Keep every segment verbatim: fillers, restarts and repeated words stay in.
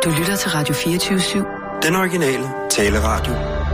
Du lytter til Radio fireogtyve syv. Den originale taleradio.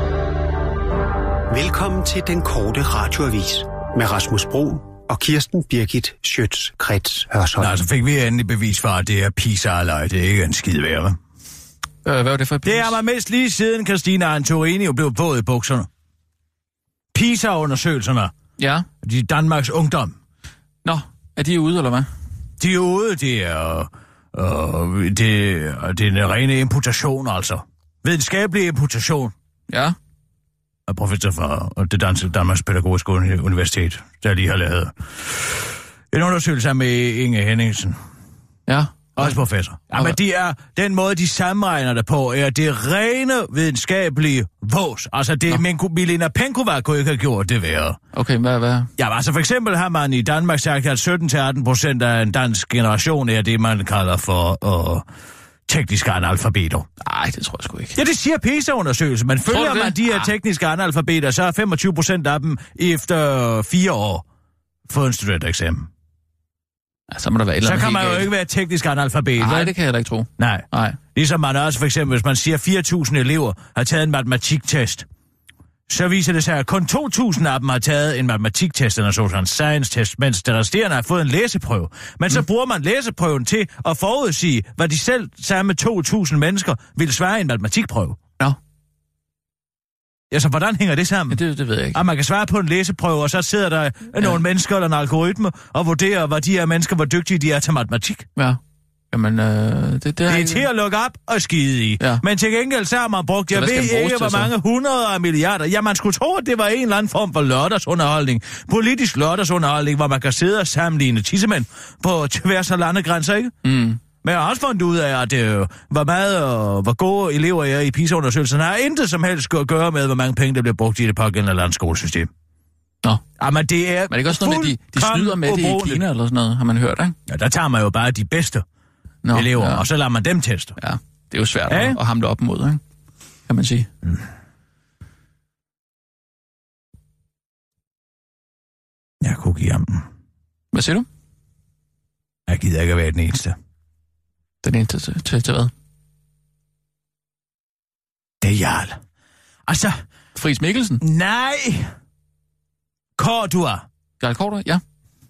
Velkommen til den korte radioavis med Rasmus Broen og Kirsten Birgit Schøtz-Krets Hørsholm. Nå, så fik vi endelig bevis for, at det er pizza-aløj. Det er ikke en skid værd, hva'? Øh, hvad var det for et Det har man mindst lige siden Christina Antorini jo blev våd i bukserne. PISA-undersøgelserne. Ja. De Danmarks Ungdom. Nå, er de ude, eller hvad? De er ude, det er... Øh, det, det er en rene imputation, altså. Videnskabelig imputation. Ja. Og professor fra det danske Danmarks Pædagogiske Universitet, der lige har lavet en undersøgelse med Inge Henningsen. Ja. Også professor. Ja, okay. Men de er, den måde, de sammenregner det på, er det rene videnskabelige vås. Altså, det Menko, Milena Penkova kunne ikke have gjort det værre. Okay, hvad, hvad? Ja, altså for eksempel har man i Danmark sagt, at sytten til atten procent af en dansk generation er det, man kalder for uh, tekniske analfabeter. Nej, det tror jeg sgu ikke. Ja, det siger PISA-undersøgelsen. Man følger man de her ah. tekniske analfabeter, så er femogtyve procent af dem efter fire år fået en studentereksamen. Ja, så må der være et Så eller kan man jo galt. ikke være teknisk analfabet. Nej, det kan jeg heller ikke tro. Nej. Nej. Ligesom man også, for eksempel, hvis man siger fire tusind elever har taget en matematiktest, så viser det sig, at kun to tusind af dem har taget en matematiktest, eller sådan en science-test, mens de resterende har fået en læseprøve. Men så mm. bruger man læseprøven til at forudsige, hvad de selv samme to tusind mennesker ville svare i en matematikprøve. Nå. Ja, så hvordan hænger det sammen? Ja, det, det ved jeg ikke. At man kan svare på en læseprøve, og så sidder der ja. nogle mennesker eller en algoritme og vurderer, hvad de her mennesker, hvor dygtige de er til matematik. Ja. Jamen, øh, det, det, det er ikke... til at lukke op og skide i. Ja. Men til gengæld så har man brugt, jeg ved ikke, hvor mange hundrede af milliarder. Ja, man skulle tro, at det var en eller anden form for lørdagsunderholdning. Politisk lørdagsunderholdning, hvor man kan sidde og sammenligne tissemænd på tværs af landegrænser, ikke? Mm. Men jeg har også fundet ud af, at det, hvor meget og hvor gode elever er i PISA-undersøgelsen, har intet som helst at gøre med, hvor mange penge, der bliver brugt i det pågældende landskolesystem. Nå. Jamen, det er Men det er ikke også noget med, de, de snyder med det i Kina eller sådan noget, har man hørt, ikke? Ja, der tager man jo bare de bedste Nå, elever, ja. og så lader man dem teste. Ja, det er jo svært ja. at, at hamle op imod, ikke? Kan man sige. Mm. Jeg kunne give ham den. Hvad siger du? Jeg gider ikke at være den eneste. Den eneste til, til, til hvad? Det er Jarl. Altså... Friis Mikkelsen? Nej! Cordua. Jarl Cordua, ja.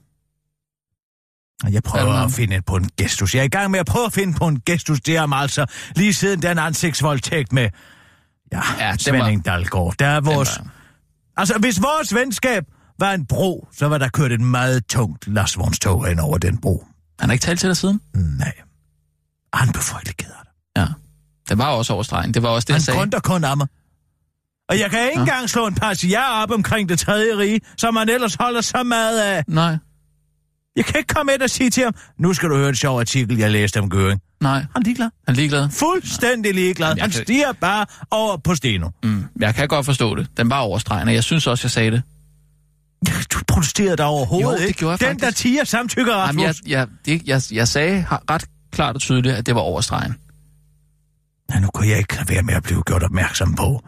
Jeg prøver at finde på en gestus. Jeg er i gang med at prøve at finde på en gestus. Det er altså lige siden den ansigtsvoldtægt med... Ja, ja Svending var... Dalgaard. Der er vores... Var... Altså, hvis vores venskab var en bro, så var der kørt et meget tungt lastvognstog hen over den bro. Han har ikke talt til dig siden? Nej. Han blev frygtelig ked af det. Ja. Det var også over stregen. Det var også det, han jeg sagde. Han grønter kun af mig. Og jeg kan ikke ja. engang slå en passiar op omkring det tredje rige, som man ellers holder så meget af. Nej. Jeg kan ikke komme ind og sige til ham, nu skal du høre en sjov artikel, jeg læste om Göring. Nej. Han er ligeglad. Han er ligeglad? Fuldstændig ligeglad. Han kan... stiger bare over på Steno. Mm. Jeg kan godt forstå det. Den var over stregen, og jeg synes også, jeg sagde det. Du protesterede der overhovedet, jo, det ikke? gjorde jeg Den, der tiger samtykker, Rasmus. Jamen, jeg, jeg, det, jeg, jeg sagde ret klart og tydeligt, at det var over stregen. Ja, nu kunne jeg ikke lade være med at blive gjort opmærksom på.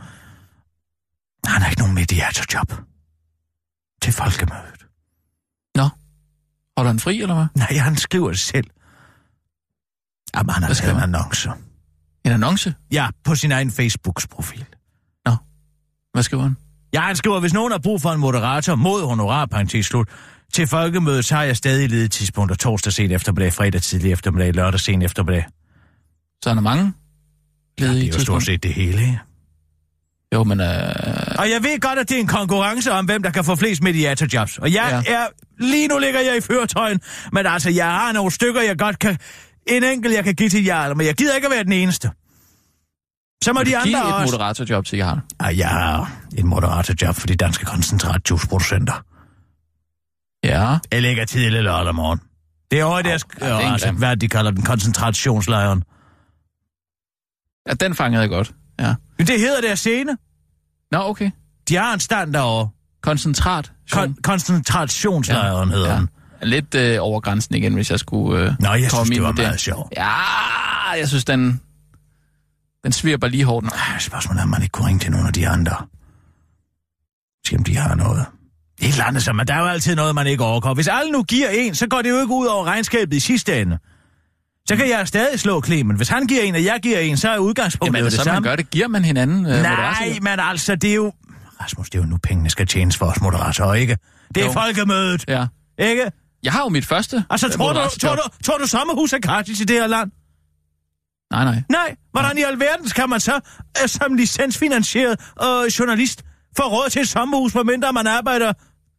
Han har ikke nogen mediatorjob til folkemødet. Nå. Holder han fri, eller hvad? Nej, han skriver det selv. Jamen, han har lavet en annonce. En annonce? Ja, på sin egen Facebook-profil. Nå. Hvad skriver han? Ja, han skriver, hvis nogen har brug for en moderator mod honorar, parentes slut, til folkemødet, så har jeg stadig ledige tidspunkter torsdag sent eftermiddag, fredag tidlig eftermiddag, lørdag sent eftermiddag. Så er der mange ledige ja, det er jo stort set det hele, ja. Jo, men... Øh... Og jeg ved godt, at det er en konkurrence om, hvem der kan få flest mediatorjobs. Og jeg ja. er... Lige nu ligger jeg i førertrøjen, men altså, jeg har nogle stykker, jeg godt kan... En enkelt, jeg kan give til Jarl, men jeg gider ikke at være den eneste. Så må vil de andre give også... et moderatorjob til Jarl? Ah, jeg har et moderatorjob for de danske koncentratjuiceproducenter. Ja. Jeg ligger tidligt lørdag morgen. Det er over oh, deres... Ja, øh, altså, hvad de kalder den, koncentrationslejren. Ja, den fangede jeg godt, ja. Men det hedder deres scene. Nå, okay. De har en stand derovre. Koncentrat. Kon- koncentrationslejren ja. hedder ja. den. Lidt øh, over grænsen igen, hvis jeg skulle øh, Nå, jeg komme synes, det var ind meget sjovt. Ja, jeg synes, den, den svirper lige hårdt. Ej, spørgsmålet er, om man ikke kunne ringe til nogle af de andre. Se om de har noget. Et eller andet, så man, der er jo altid noget, man ikke overgår. Hvis alle nu giver en, så går det jo ikke ud over regnskabet i sidste ende. Så kan jeg stadig slå Clement. Hvis han giver en, og jeg giver en, så er udgangspunktet Jamen, jo det så samme. man gør det, giver man hinanden øh, Nej, men altså, det er jo... Rasmus, det er jo nu, pengene skal tjenes for os moderatorer, ikke? Det er jo. Folkemødet, Ja. ikke? Jeg har jo mit første Altså, tror du, tror, du, tror du sommerhus er gratis i det her land? Nej, nej. Nej, hvordan i alverden kan man så øh, som licensfinansieret øh, journalist få råd til et sommerhus, medmindre man arbejder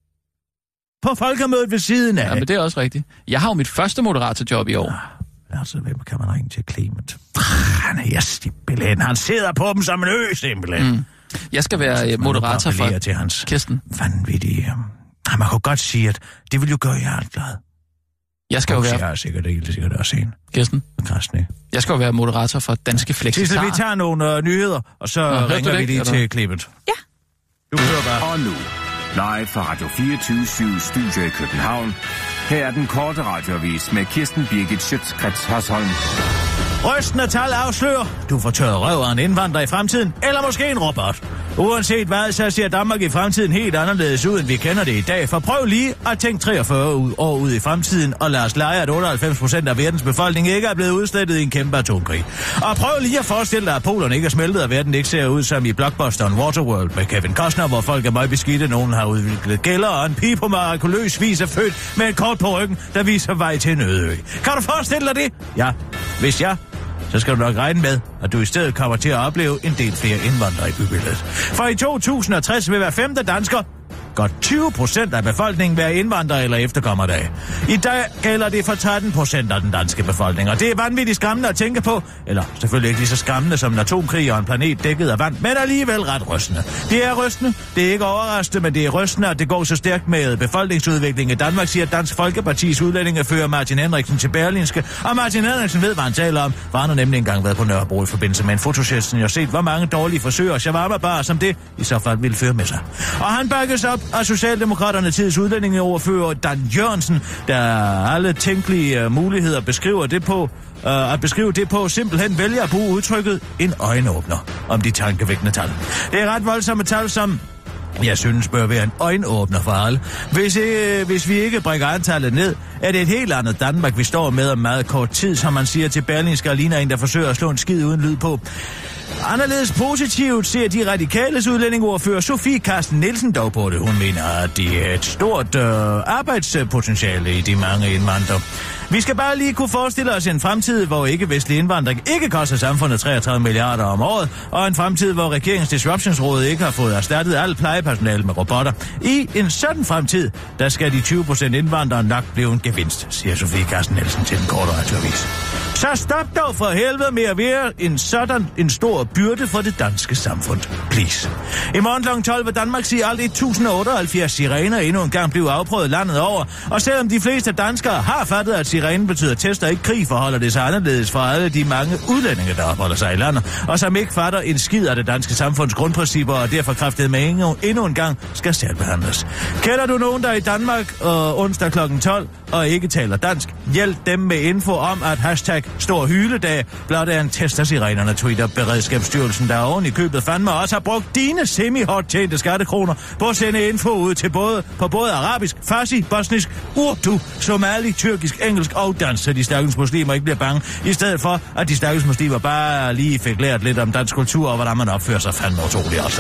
på Folkemødet ved siden af? Ja, men det er også rigtigt. Jeg har jo mit første moderatorjob i år. Ja, altså, hvem kan man ringe til? Clement. Han er simpelthen. Han sidder på dem som en ø, simpelthen. Mm. Jeg skal være øh, moderator for til hans Kirsten. Vanvittige... Øh, man kunne godt sige, at det vil jo gøre jer alt glad. Jeg skal jo være... Jeg er sikkert ikke sikkert også en. Kirsten. Krasne. Jeg skal jo være moderator for Danske Flexitar. Sidst, vi tager nogle uh, nyheder, og så Nå, ringer vi lige til Clement. Ja. Du hører bare. Og nu, live fra Radio fireogtyve syv Studio i København. Her er den korte radioavis med Kirsten Birgit Schøtz-Krets Hørsholm. Rystende tal afslører, du får tørret røv af en indvandrer i fremtiden, eller måske en robot. Uanset hvad, så ser Danmark i fremtiden helt anderledes ud, end vi kender det i dag. For prøv lige at tænke treogfyrre år ud i fremtiden, og lad os lege, at otteoghalvfems procent af verdens befolkning ikke er blevet udslettet i en kæmpe atomkrig. Og prøv lige at forestille dig, at polerne ikke er smeltet, og verden ikke ser ud som i blockbusteren Waterworld med Kevin Costner, hvor folk er meget beskidte, nogen har udviklet gælder, og en pige på mirakuløs vis er født med et kort på ryggen, der viser vej til en øde ø. Kan du forestille dig det? Ja, hvis jeg... så skal du nok regne med, at du i stedet kommer til at opleve en del flere indvandrere i bybilledet. For i to tusind og tres vil hver femte dansker, godt tyve procent af befolkningen, være indvandrere eller efterkommer dag. I dag gælder det for tretten procent af den danske befolkning, og det er vanvittigt skræmmende at tænke på, eller selvfølgelig ikke lige så skræmmende som en atomkrig og en planet dækket af vand, men alligevel ret rystende. Det er rystende, det er ikke overraskende, men det er rystende, at det går så stærkt med befolkningsudvikling i Danmark, siger Dansk Folkepartis udlændingefører Martin Henriksen til Berlingske, og Martin Henriksen ved, hvad han taler om, for han har nemlig engang været på Nørrebro i forbindelse med en fotosession og set, hvor mange dårlige forsøger shawarma-barer som det i så fald ville føre med sig. Og han bakkes op af Socialdemokraterne tids udlændingeoverfører Dan Jørgensen, der alle tænkelige muligheder beskriver det på, uh, at beskrive det på, simpelthen vælger at bruge udtrykket en øjenåbner om de tankevækkende tal. Det er ret voldsomme tal, som jeg synes bør være en øjenåbner for alle. Hvis, øh, hvis vi ikke brækker antallet ned, er det et helt andet Danmark, vi står med om meget kort tid, som man siger til Berlingske, og ligner en, der forsøger at slå en skid uden lyd på. Anderledes positivt ser de radikales udlændingeordfører Sofie Carsten Nielsen dog på det. Hun mener, at det er et stort øh, arbejdspotentiale i de mange indvandrere. Vi skal bare lige kunne forestille os en fremtid, hvor ikke-vestlig indvandring ikke koster samfundet treogtredive milliarder om året, og en fremtid, hvor regeringens disruptionsråd ikke har fået erstattet alt plejepersonale med robotter. I en sådan fremtid, der skal de tyve procent indvandrere nok blive en gevinst, siger Sofie Carsten Nielsen til den korte radioavis. Så stop dog for helvede med at være en sådan en stor byrde for det danske samfund. Please. I morgen klokken tolv vil Danmark sige alt et tusind og otteoghalvfjerds sirener endnu en gang blive afprøvet landet over. Og selvom de fleste danskere har fattet, at sirenen betyder test og ikke krig, forholder det sig anderledes for alle de mange udlændinge, der opholder sig i landet, og som ikke fatter en skid af det danske samfunds grundprincipper, og derfor kraftet med endnu, endnu en gang skal særbehandles. Kender du nogen, der er i Danmark øh, onsdag klokken tolv og ikke taler dansk? Hjælp dem med info om, at hashtag stor hyledag blot er en test af sirenerne, tweeter Beredskabsstyrelsen, der oven i købet fandme også har brugt dine semi-hot tjente skattekroner på at sende info ud til både, på både arabisk, farsi, bosnisk, urdu, somali, tyrkisk, engelsk og dansk, så de stakkels muslimer ikke bliver bange, i stedet for, at de stakkels muslimer bare lige fik lært lidt om dansk kultur og hvordan man opfører sig fandme utroligt altså.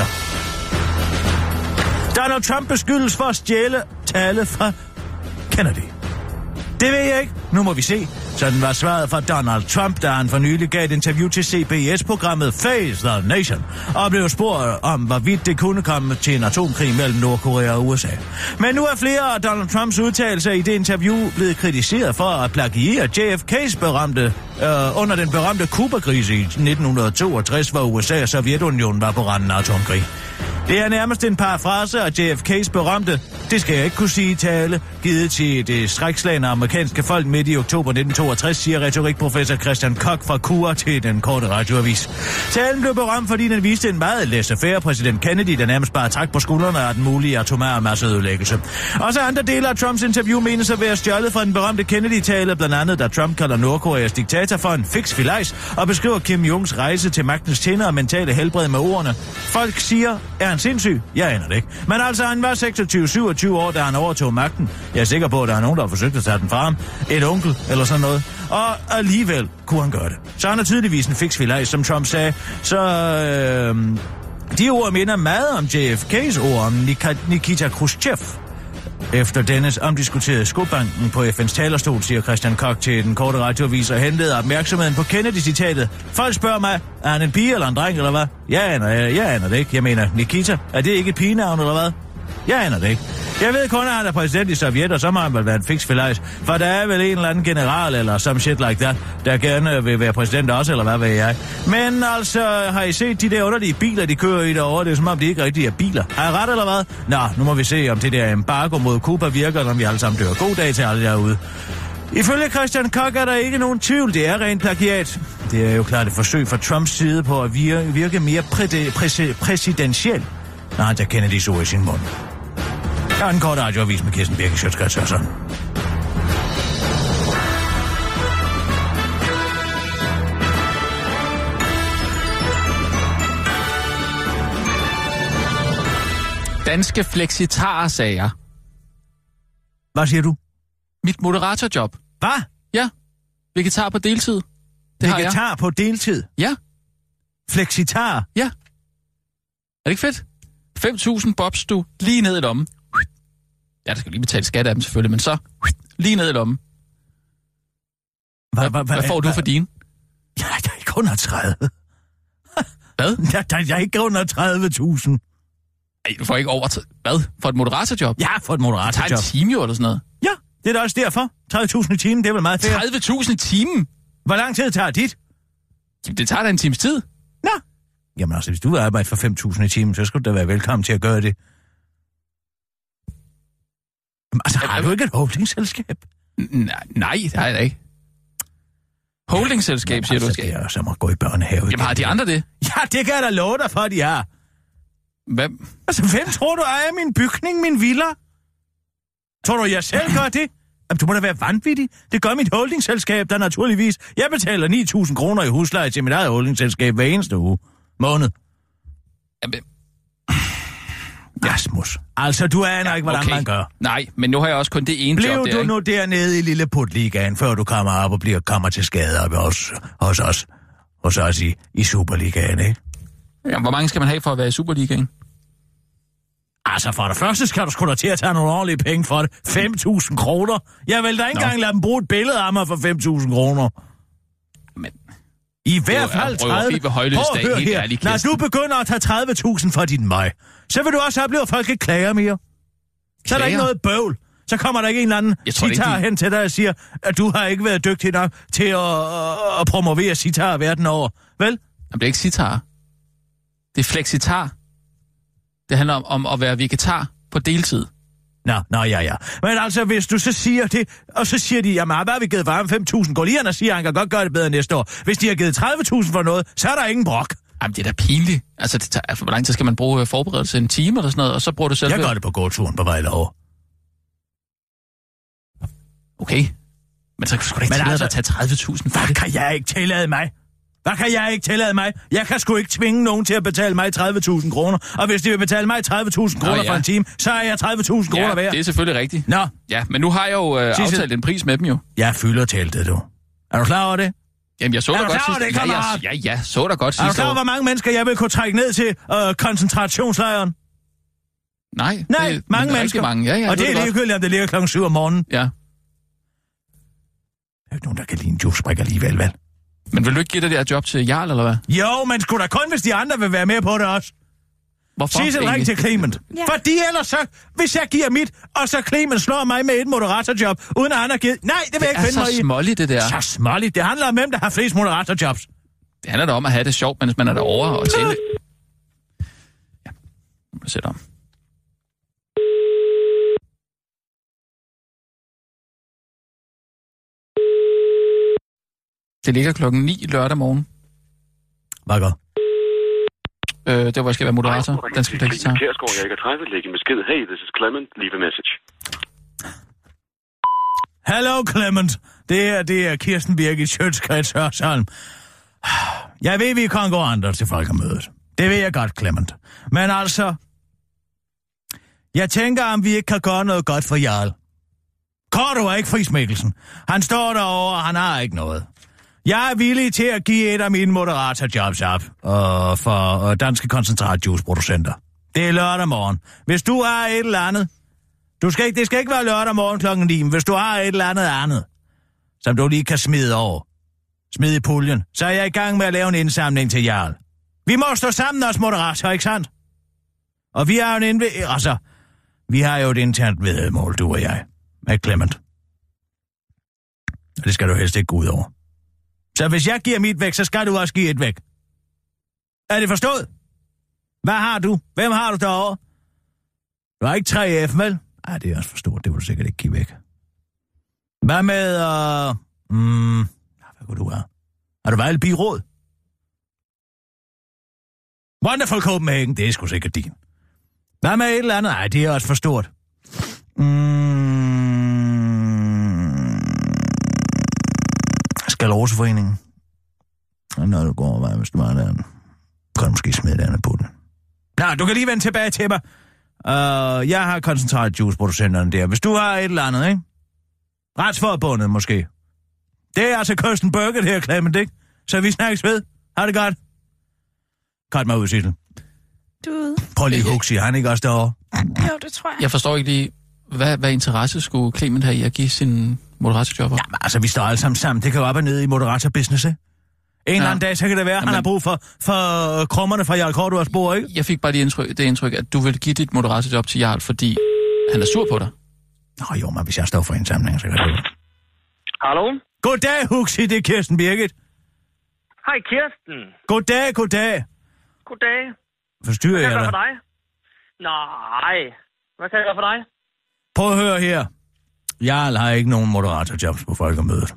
Donald Trump beskyldes for at stjæle tale fra Kennedy. Det ved jeg ikke. Nu må vi se. Sådan var svaret fra Donald Trump, da han for nylig gav et interview til C B S-programmet Face the Nation, og blev spurgt om, hvorvidt det kunne komme til en atomkrig mellem Nordkorea og U S A. Men nu er flere af Donald Trumps udtalelser i det interview blevet kritiseret for at plagiere J F K's berømte, øh, under den berømte Kuba-krise i nitten toogtres, hvor U S A og Sovjetunionen var på randen af atomkrig. Det er nærmest en parafrase af J F K's berømte, det skal jeg ikke kunne sige tale, givet til det skrækslagne amerikanske folk midt i oktober nitten toogtres, siger retorikprofessor Christian Koch fra Q R til den korte radioavis. Talen blev berømt, fordi den viste en meget laissez-faire præsident Kennedy, der nærmest bare trak på skuldrene af den mulige atomare masseødelæggelse. Også andre dele af Trumps interview menes at være stjålet fra den berømte Kennedy-tale, blandt andet da Trump kalder Nordkoreas diktator for en fix filajs og beskriver Kim Jongs rejse til magtens tænder og mentale helbred med ordene. Folk siger, er han sindssyg? Jeg aner det ikke. Men altså, han var seksogtyve syvogtyve år, da han overtog magten. Jeg er sikker på, at der er nogen, der har forsøgt at tage den fra ham. Et onkel eller sådan noget. og alligevel kunne han gøre det. Så han er tydeligvis en fiksfilaj, som Trump sagde. Så øh, de ord minder meget om J F K's ord om Nik- Nikita Khrushchev. Efter dennes omdiskuterede skubbanken på F N's talerstol, siger Christian Koch til den korte radioavis og hentede opmærksomheden på Kennedy-citatet. Folk spørger mig, er han en pige eller en dreng, eller hvad? Jeg aner, jeg, jeg aner det ikke. Jeg mener, Nikita, er det ikke et pigenavn, eller hvad? Jeg aner det ikke. Jeg ved kun, at han er præsident i Sovjet, og så må han vel være en fiksfilajs. For der er vel en eller anden general, eller some shit like that, der gerne vil være præsident også, eller hvad ved jeg. Men altså, har I set de der underlige biler, de kører i derovre? Det er som om, de ikke rigtig er biler. Har jeg ret, eller hvad? Nå, nu må vi se, om det der embargo mod Cuba virker, når vi alle sammen dør. God dag til alle derude. Ifølge Christian Koch er der ikke nogen tvivl, det er rent plagiat. Det er jo klart et forsøg fra Trumps side på at virke, virke mere præ- præ- præsidentiel, når han tager Kennedys ord i sin mund. Jeg har en kort radioavis med Kirsten Birgit Schøtz-Krets Hørsholm. Danske flexitarer-sager. Hvad siger du? Mit moderatorjob. Hvad? Ja. Vegetar på deltid. Det har jeg. Vegetar på deltid? Ja. Flexitar? Ja. Er det ikke fedt? fem tusind bobs, du, lige ned i lommen. Ja, der skal lige betale skat af dem selvfølgelig, men så lige ned i lommen. Hvad, hvad, hvad, hvad får du for din? Ja, jeg er ikke under tredive. Hvad? Jeg, jeg, jeg er ikke under tredive tusind. Nej, du får ikke over... Hvad? For et moderatorjob? Ja, for et moderatorjob. Det tager en time jo, eller sådan noget. Ja, det er da også derfor. tredive tusind i timen, det er vel meget fair. tredive tusind i timen? Hvor lang tid tager dit? Jamen, det tager da en times tid. Nå. Jamen altså, hvis du vil arbejde for fem tusind i timen, så skal du da være velkommen til at gøre det. Jamen, altså, har du ikke et holdingselskab? Nej, nej, det har jeg da ikke. Holdingselskab, jamen, siger altså, du, skal det er som at gå i børnehave. Jamen, har de andre det? Ja, det kan jeg da love dig for, de har. Hvem? Altså, hvem tror du ejer min bygning, min villa? Tror du, jeg selv gør det? Jamen, du må da være vanvittig. Det gør mit holdingselskab, der naturligvis. Jeg betaler ni tusind kroner i husleje til mit eget holdingselskab hver eneste uge. Måned. Jamen... Rasmus. Altså, du aner ja, ikke, hvordan okay. man gør. Nej, men nu har jeg også kun det ene Blev job der, du ikke? nu dernede i Lille Putligaen, før du kommer op og bliver, kommer til skade op hos, hos os, hos os i, i Superligaen, ikke? Jamen, hvor mange skal man have for at være i Superligaen? Altså, for det første skal du sgu da til at tage nogle ordentlige penge for det. fem tusind kroner. Jeg vil da ikke engang lade dem bruge et billede af mig for fem tusind kroner. Men... I hvert fald tredive... Prøv at høre her. Ærlig, når du begynder at tage tredive tusind for din møg, så vil du også opleve, at folk ikke klager mere. Så klager? Er der ikke noget bøvl. Så kommer der ikke en eller anden sitar de... hen til dig og siger, at du har ikke været dygtig nok til at, at, at promovere sitar verden over. Vel? Jamen, det er ikke sitar. Det er flexitar. Det handler om, om at være vegetar på deltid. Nå, nå, ja, ja. Men altså, hvis du så siger det, og så siger de, jamen, hvad har vi givet varme fem tusind? Går lige hen og siger, at han kan godt gøre det bedre næste år. Hvis de har givet tredive tusind for noget, så er der ingen brok. Jamen, det er da pinligt. Altså, det tager, altså, hvor lang tid skal man bruge forberedelse? En time eller sådan noget, og så bruger du selv... Jeg gør det på gåturen på vej over. Okay. Men så skulle du ikke tillade altså, at tage tredive tusind for hvad det. Kan jeg ikke tillade mig? Hvad kan jeg ikke tillade mig? Jeg kan sgu ikke tvinge nogen til at betale mig tredive tusind kroner. Og hvis de vil betale mig tredive tusind kroner ja. for en time, så er jeg tredive tusind kroner værd. Ja, det er selvfølgelig rigtigt. Nå. Ja, men nu har jeg jo øh, aftalt en pris med dem jo. Jeg fylder teltet, du. Er du klar over det? Jamen, jeg så da godt sidst. Det, ja, ja, ja, ja, så da godt sidst. Er du klar over, hvor mange mennesker jeg vil kunne trække ned til øh, koncentrationslejren? Nej, Nej, det, mange mennesker. Mange. Ja, ja, og det er ligegyldigt, om det ligger klokken syv om morgenen. Ja. Der er ikke nogen, der kan lide en juicebrik alligevel, vel? Men vil du ikke give det der job til Jarl, eller hvad? Jo, men sgu da kun, hvis de andre vil være med på det også. Hvorfor? Sissel, ring til Clement. Ja. Fordi ellers så, hvis jeg giver mit, og så Clement slår mig med et moderatorjob, uden at han har givet... Nej, det vil jeg ikke finde mig i. Det er så småligt, det der. Så småligt. Det handler om hvem, der har flest moderatorjobs. Det handler da om at have det sjovt, mens man er derovre og tjene... Ja, nu må sætte om. Det ligger klokken ni lørdag morgen. Hvad gør? Øh, det var, hvor jeg skal være moderator. Den skal ikke tage. Kjærsgaard, jeg ikke er tredive. Læg en besked. Hey, this is Clement. Leave a message. Hello, Clement. Det her, det er Kirsten Birgit Schøtz-Krets Hørsholm. Jeg ved, vi kan gå andre til folkemødet. Det ved jeg godt, Clement. Men altså... Jeg tænker, om vi ikke kan gøre noget godt for Jarl. Korto er ikke Friis Mikkelsen. Han står derovre, og han har ikke noget. Jeg er villig til at give et af mine moderatorjobs op uh, for uh, danske koncentratjuiceproducenter. Det er lørdag morgen. Hvis du har et eller andet... Du skal ikke, det skal ikke være lørdag morgen klokken ni, men hvis du har et eller andet andet, som du lige kan smide over, smide i puljen, så er jeg i gang med at lave en indsamling til Jarl. Vi må stå sammen os moderator, ikke sandt? Og vi har jo en indv- altså, vi har jo et internt vedmål, du og jeg, med Clement. Og det skal du helst ikke gå ud over. Så hvis jeg giver mit væk, så skal du også give et væk. Er det forstået? Hvad har du? Hvem har du derovre? Du har ikke tre F, vel? Nej, det er også for stort. Det vil du sikkert ikke give væk. Hvad med... Uh... Mm... Hvad kunne du have? Har du været i byråd? Wonderful Copenhagen, det er sgu sikkert din. Hvad med et eller andet? Nej, det er også for stort. Mm... Skaleroseforeningen. Når du går over, hvis du var der, kan du måske smide det andet på den. Nej, du kan lige vende tilbage til mig. Uh, jeg har koncentrat juiceproducenterne der. Hvis du har et eller andet, ikke? Retsforbundet måske. Det er altså Kirsten Birgit her, Clement, ikke? Så vi snakkes ved. Har det godt? Cut mig ud, Sissel. Du... Prøv lige Huxi, han ikke også derovre? Jo, det tror jeg. Jeg forstår ikke lige, hvad, hvad interesse skulle Clement have i at give sin moderatorjob op? Jamen, altså, vi står alle sammen sammen. Det kan jo op og ned i moderatorbusiness, ikke? En ja. eller anden dag, så kan det være, at han Jamen... har brug for, for krummerne fra Jarl Kortors bord, ikke? Jeg fik bare det indtryk, det indtryk, at du vil give dit moderatorjob til Jarl, fordi han er sur på dig. Nå jo, men hvis jeg står for en samling, så kan det. Hallo? Goddag, Huxi, det er Kirsten Birgit. Hej, Kirsten. Goddag, goddag. Goddag. Forstyrrer jeg dig? Hvad kan jeg gøre for dig? Nej. Hvad kan jeg gøre for dig? Prøv at høre her. Jarl har ikke nogen moderatorjobs på folkemødet.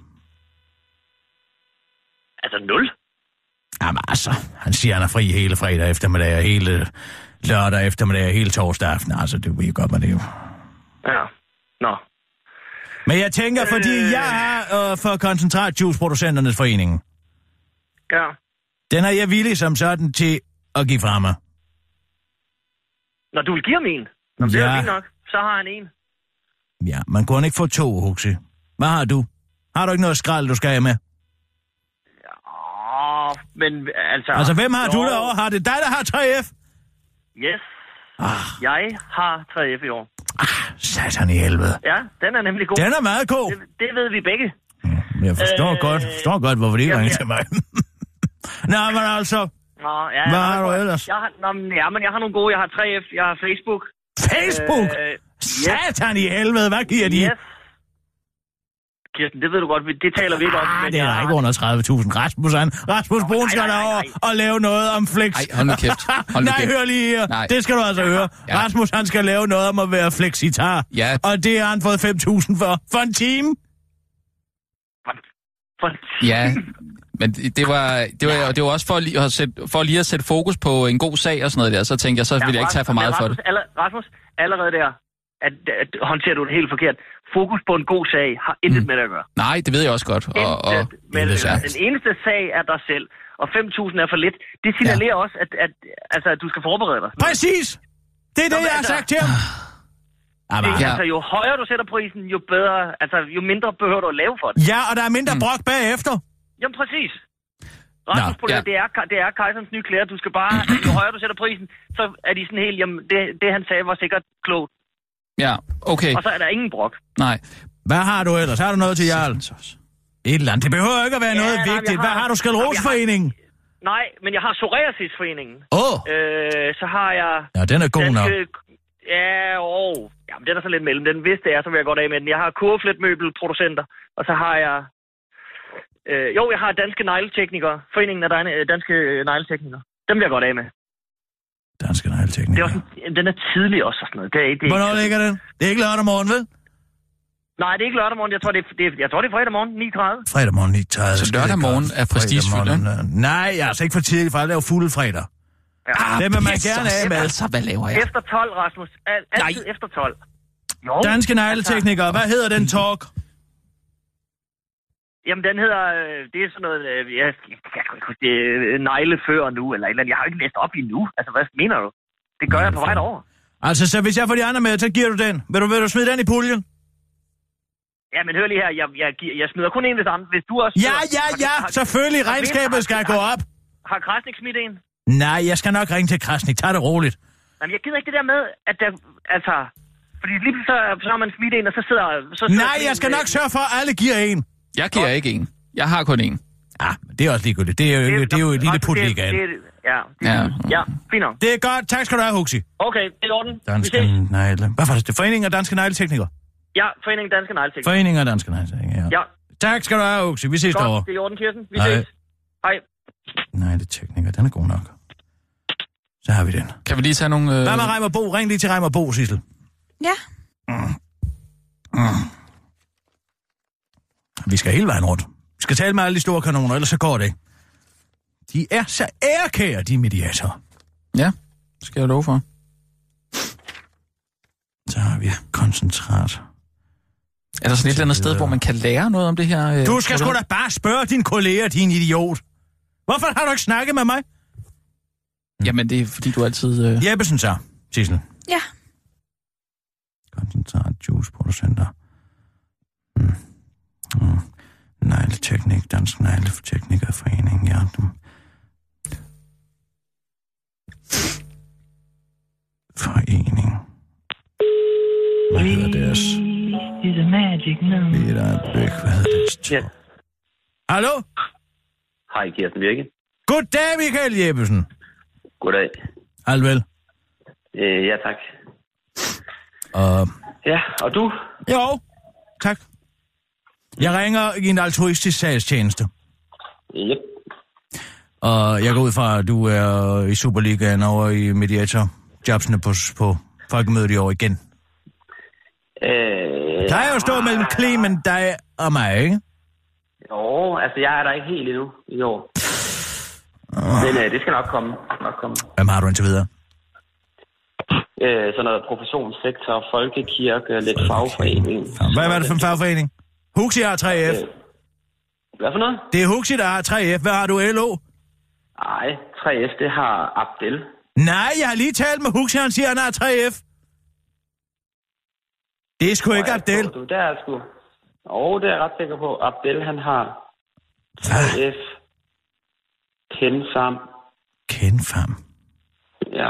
Altså nul? Jamen altså, han siger, han er fri hele fredag eftermiddag og hele lørdag eftermiddag og hele torsdag aften. Altså, det vil godt med det jo. Ja, nå. Men jeg tænker, fordi øh... jeg har øh, for koncentratjuiceproducenternes foreningen. Ja. Den er jeg villig som sådan til at give fra mig. Når du vil give ham en? Nå, det ja. er fint nok. Så har han en. Ja, man kunne ikke få to, Huxi. Hvad har du? Har du ikke noget skrald, du skal have med? Ja, men altså... Altså, hvem har jo. du derovre? Har det dig, der har tre F? Yes. Ah. Jeg har tre F i år. Ah, satan i helvede. Ja, den er nemlig god. Den er meget god. Det, det ved vi begge. Jeg forstår øh, godt, forstår godt, hvorfor de ikke ringer til mig. Nå, men altså... Nå, ja, hvad har har du ellers? Jeg har, nå, ja, men jeg har nogle gode. Jeg har tre F, jeg har Facebook. Facebook? Øh, Satan i helvede, hvad giver de? Yes. Kirsten, det ved du godt, det taler vi ikke om. Ah, men det er jeg... ikke under tredive tusind. Rasmus, han, Rasmus oh, Brun skal nej, nej, derover nej. og lave noget om flex. Nej, hold nu kæft. Hold nu nej, kæft. hør lige her. Nej. Det skal du altså høre. Ja. Rasmus, han skal lave noget om at være flexitar. Ja. Og det har han fået fem tusind for. For en time. For, for en time? Ja, men det var, det var, det var også for lige, at sætte, for lige at sætte fokus på en god sag og sådan noget der. Så tænkte jeg, så ville ja, jeg ikke tage for meget Rasmus, for det. Aller, Rasmus, allerede der, at, at håndterer du det helt forkert. Fokus på en god sag har intet mm. med det at gøre. Nej, det ved jeg også godt. Og, og, men den eneste sag er dig selv, og fem tusind er for lidt. Det signalerer ja. også, at, at, altså, at du skal forberede dig. Præcis! Det er det, Nå, jeg altså, har sagt til ham. Det, ja. Altså, jo højere du sætter prisen, jo bedre, altså, jo mindre behøver du at lave for det. Ja, og der er mindre mm. brok bagefter. Jamen, præcis. Rasmus, ja. det, er, det er kejserens nye klæder. Du skal bare, jo højere du sætter prisen, så er de sådan helt, jamen, det, det han sagde var sikkert klogt. Ja, okay. Og så er der ingen brok. Nej. Hvad har du ellers? Har du noget til Jarl? Et eller andet. Det behøver ikke at være ja, noget nej, vigtigt. Har, Hvad har du? Sklerosforeningen? Nej, men jeg har Psoriasisforeningen. Åh! Oh. Øh, så har jeg... Ja, den er god nok. Ja, åh. Jamen, den er så lidt mellem. Den vidste jeg, så vil jeg godt af med den. Jeg har kurvefletmøbelproducenter, og så har jeg... Øh, jo, jeg har Danske Negleteknikere. Foreningen af Danske Negleteknikere. Dem vil jeg godt af med. Danske Negleteknikere. Det er også, den er tidlig også og sådan noget. Det er, det er Hvornår ikke... ligger den? Det er ikke lørdag morgen, vel? Nej, det er ikke lørdag morgen. Jeg tror, det er, det er, jeg tror, det er fredag morgen, ni tredive. Fredag morgen, ni tredive. Så lørdag morgen er prestigefyldt, ikke? Nej, jeg er altså ikke for tidligt, for jeg laver fulde fredag. Ja. Ah, det vil man gerne af med. Altså, hvad laver jeg? Efter tolv, Rasmus. Al- altid Nej. efter tolv. Jo. Danske Negleteknikere. Hvad hedder den talk? Jamen, den hedder... Det er sådan noget... Jeg, jeg, jeg kan ikke huske det. Negle før nu, eller et eller andet. Jeg har jo ikke læst op endnu. Altså, hvad mener du? Det gør jeg på vej derover. Altså, så hvis jeg får de andre med, så giver du den. Vil du, vil du smide den i puljen? Ja, men hør lige her. Jeg, jeg, jeg, jeg smider kun en det samme. Hvis du også... Ja, ja, ja. Har, Selvfølgelig. har, Regnskabet skal har, gå har, op. Har Krasnik smidt en? Nej, jeg skal nok ringe til Krasnik. Tag det roligt. Jamen, jeg gider ikke det der med, at der... Altså... Fordi lige så, så har man smidt en, og så sidder... Så sidder Nej, jeg skal nok sørge for, at alle giver en. Jeg giver ikke en. Jeg har kun en. Ja, det er også ligegyldigt. Det er jo, det, det er jo et lille put ligaen. Ja, Ja. ja, fint nok. Det er godt. Tak skal du have, Huxi. Okay, det er i orden. Danske negle. Hvad var det? Foreningen af Danske Negleteknikere? Ja, Foreningen Danske Negleteknikere. Foreningen af Danske Negleteknikere, ja. Ja. Tak skal du have, Huxi. Vi ses godt, derovre. det er i orden, Kirsten. Vi Hej. ses. Hej. Negleteknikere, den er god nok. Så har vi den. Kan vi lige tage nogle... Øh... Hvad med Reimer Bo? Ring lige til Reimer Bo, Sissel. Ja. Mm. Mm. Vi skal hele vejen rundt. Vi skal tale med alle de store kanoner, ellers så går det ikke. De er så ærekære, de mediatorer. Ja, skal jeg love for. Så har vi koncentrat. Er der sådan et eller andet sted, hvor man kan lære noget om det her? Øh, du skal sgu da bare spørge din kollega, din idiot. Hvorfor har du ikke snakket med mig? Jamen, det er fordi, du altid... Øh... Jeppesen så, Sissel. Ja. Koncentrat, juiceproducenter. Mm. Mm. Negleteknik, Dansk Negleteknikerforening, ja. Du... Forening. Hvad hedder deres? It's a magic number. Lige der væk, hvad hedder deres? Ja. Hallo? Hej, Kirsten Birke. Goddag, Michael Jeppesen. Goddag. Alt vel? Øh, ja, tak. Og... Ja, og du? Jo, tak. Jeg ringer i en altruistisk sagstjeneste. Yep. Og jeg går ud fra, at du er i Superligaen over i mediator-jobsene på, på folkemødet i år igen. Øh, Der er jo stået mellem Clemen, dig og mig, ikke? Jo, altså jeg er der ikke helt endnu i år. Oh. Men øh, det skal nok komme. nok komme. Hvem har du indtil videre? Øh, sådan noget professionssektor, folkekirke, lidt fagforening. Hvad er det for en fagforening? Huxi har tre F. Øh, hvad for noget? Det er Huxi, der har tre F. Hvad har du, L O? Nej, tre F, det har Abdel. Nej, jeg har lige talt med Huxi, han siger, han har tre F. Det er sgu ikke Abdel. Du, det er sgu. Åh, det er jeg ret sikker på. Abdel, han har tre F. Kenfam. Kenfam? Ja.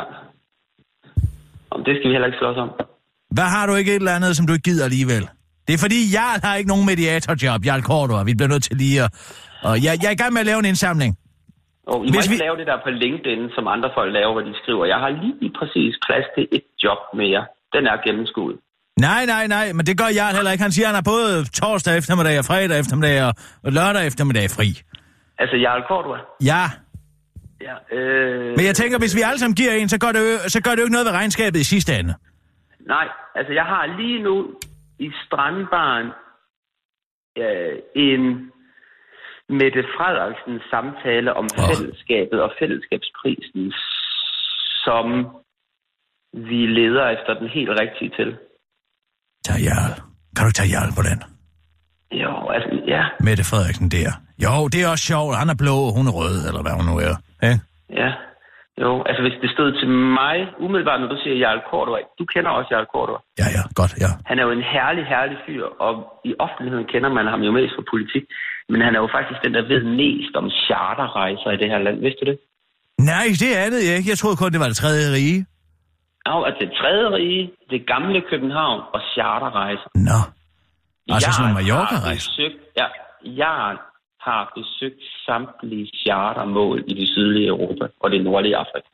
Om det skal vi heller ikke slås om. Hvad har du ikke et eller andet, som du ikke gider alligevel? Det er fordi, jeg har ikke nogen mediatorjob. Jeg er Cordua. Vi bliver nødt til lige at... Og jeg, jeg er i gang med at lave en indsamling. Og I må Hvis ikke vi... lave det der på LinkedIn, som andre folk laver, hvor de skriver, jeg har lige præcis plads til et job mere. Den er gennemskuet. Nej, nej, nej, men det gør jeg heller ikke. Han siger, han har både torsdag eftermiddag og fredag eftermiddag og lørdag eftermiddag fri. Altså, Jarl Cordua? Ja. Ja, øh... Men jeg tænker, hvis vi alle sammen giver en, så gør det jo, så gør det jo ikke noget ved regnskabet i sidste ende. Nej, altså jeg har lige nu i Strandbaren øh, en Mette Frederiksen samtale om oh. fællesskabet og fællesskabsprisen, som vi leder efter den helt rigtige til. Tag Jarl. Kan du tage Jarl på den? Jo, altså, ja. Mette Frederiksen der. Jo, det er også sjovt. Han er blå, hun er rød, eller hvad hun nu er. Ja? Ja. Jo, altså hvis det stod til mig, umiddelbart når du siger Jarl Cordua, du kender også Jarl Cordua. Ja, ja, godt, ja. Han er jo en herlig, herlig fyr, og i offentligheden kender man ham jo mest for politik, men han er jo faktisk den, der ved mest om charterrejser i det her land. Vidste du det? Nej, det andet jeg ikke. Jeg troede kun, det var det tredje rige. Ja, altså det tredje rige, det gamle København og charterrejser. Nå. Altså sådan en Jarl Mallorca-rejse. har besøgt, ja, Jarl har besøgt samtlige chartermål i det sydlige Europa og det nordlige Afrika.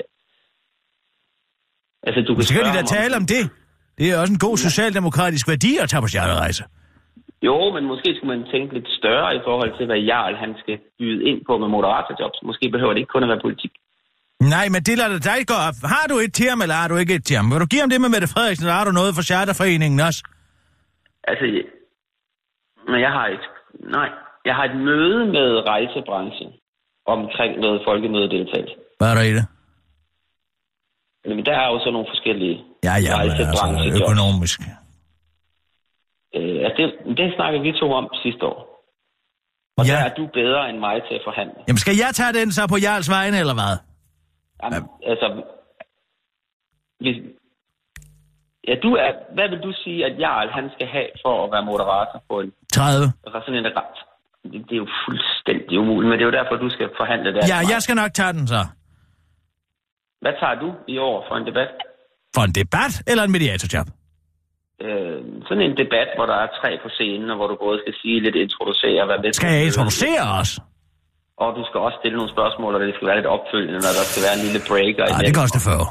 Altså, du kan så kan de da om, tale om det. Det er også en god socialdemokratisk værdi at tage på charterrejse. Jo, men måske skulle man tænke lidt større i forhold til, hvad Jarl han skal byde ind på med moderatorjobs. Måske behøver det ikke kun at være politik. Nej, men det lader dig gå op. Har du et til ham, eller har du ikke et til ham? Vil du give ham det med Mette Frederiksen, eller har du noget for charterforeningen også? Altså, men jeg har et... Nej, jeg har et møde med rejsebranchen omkring noget folkemødedeltagelse. Hvad er der i det? Men der er jo så nogle forskellige ja, ja, altså økonomisk. Øh, altså det, det snakker vi to om sidste år. Og ja. Der er du bedre end mig til at forhandle. Jamen skal jeg tage den så på Jarls vegne, eller hvad? Jamen, altså... Hvis, Ja, du er... Hvad vil du sige, at Jarl, han skal have for at være moderator på en... tredive. Sådan en ret. Det, det er jo fuldstændig umuligt, men det er jo derfor, du skal forhandle det. Ja, jeg skal nok tage den så. Hvad tager du i år for en debat? For en debat eller en mediatorjob? Øh, sådan en debat, hvor der er tre på scenen, og hvor du både skal sige lidt, introducere, hvad med... Skal jeg introducere os? Og du skal også stille nogle spørgsmål, og det skal være lidt opfølgende, når der skal være en lille breaker. Ja, det koster fyrre.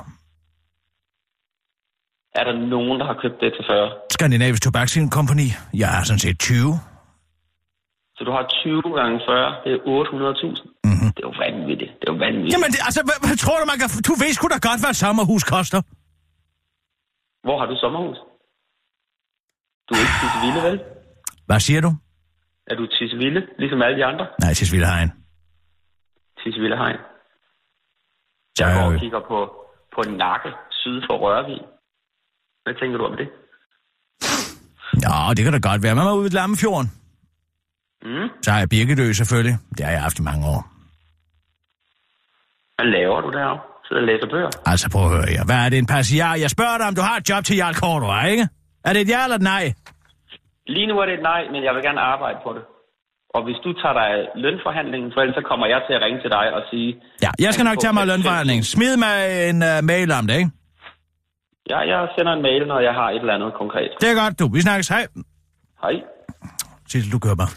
Er der nogen, der har købt det til fyrre? Skandinavisk Tobacco Company. Jeg er sådan set tyve. Så du har tyve gange fyrre, det er otte hundrede tusind. Mm-hmm. Det er jo vanvittigt, det er jo vanvittigt. Jamen, det, altså, hvad, hvad tror du, man kan... Du ved sgu da godt, hvad et sommerhus koster. Hvor har du sommerhus? Du er ikke Tisvilde, vel? Hvad siger du? Er du Tisvilde, ligesom alle de andre? Nej, Tisvilde Hegn. Tisvilde Hegn. Så Jeg går øh... og kigger på, på Nakke, syd for Rørvig. Hvad tænker du om det? Ja, det kan da godt være. Man er ude ved Lammefjorden. Mm. Så har jeg Birkedø selvfølgelig. Det har jeg haft i mange år. Hvad laver du deroppe? Sidder og læser bøger? Altså, prøv at høre her. Hvad er det en passiar? Jeg spørger dig, om du har et job til Jarl Cordua, ikke? Er det et ja eller et nej? Lige nu er det et nej, men jeg vil gerne arbejde på det. Og hvis du tager dig lønforhandlingen, for ellers så kommer jeg til at ringe til dig og sige... Ja, jeg skal nok tage mig lønforhandlingen. Smid mig en uh, mail om det, ikke? Ja, jeg sender en mail, når jeg har et eller andet konkret. Det er godt, du. Vi snakkes. Hej. Hej. Sissel, du kører bare.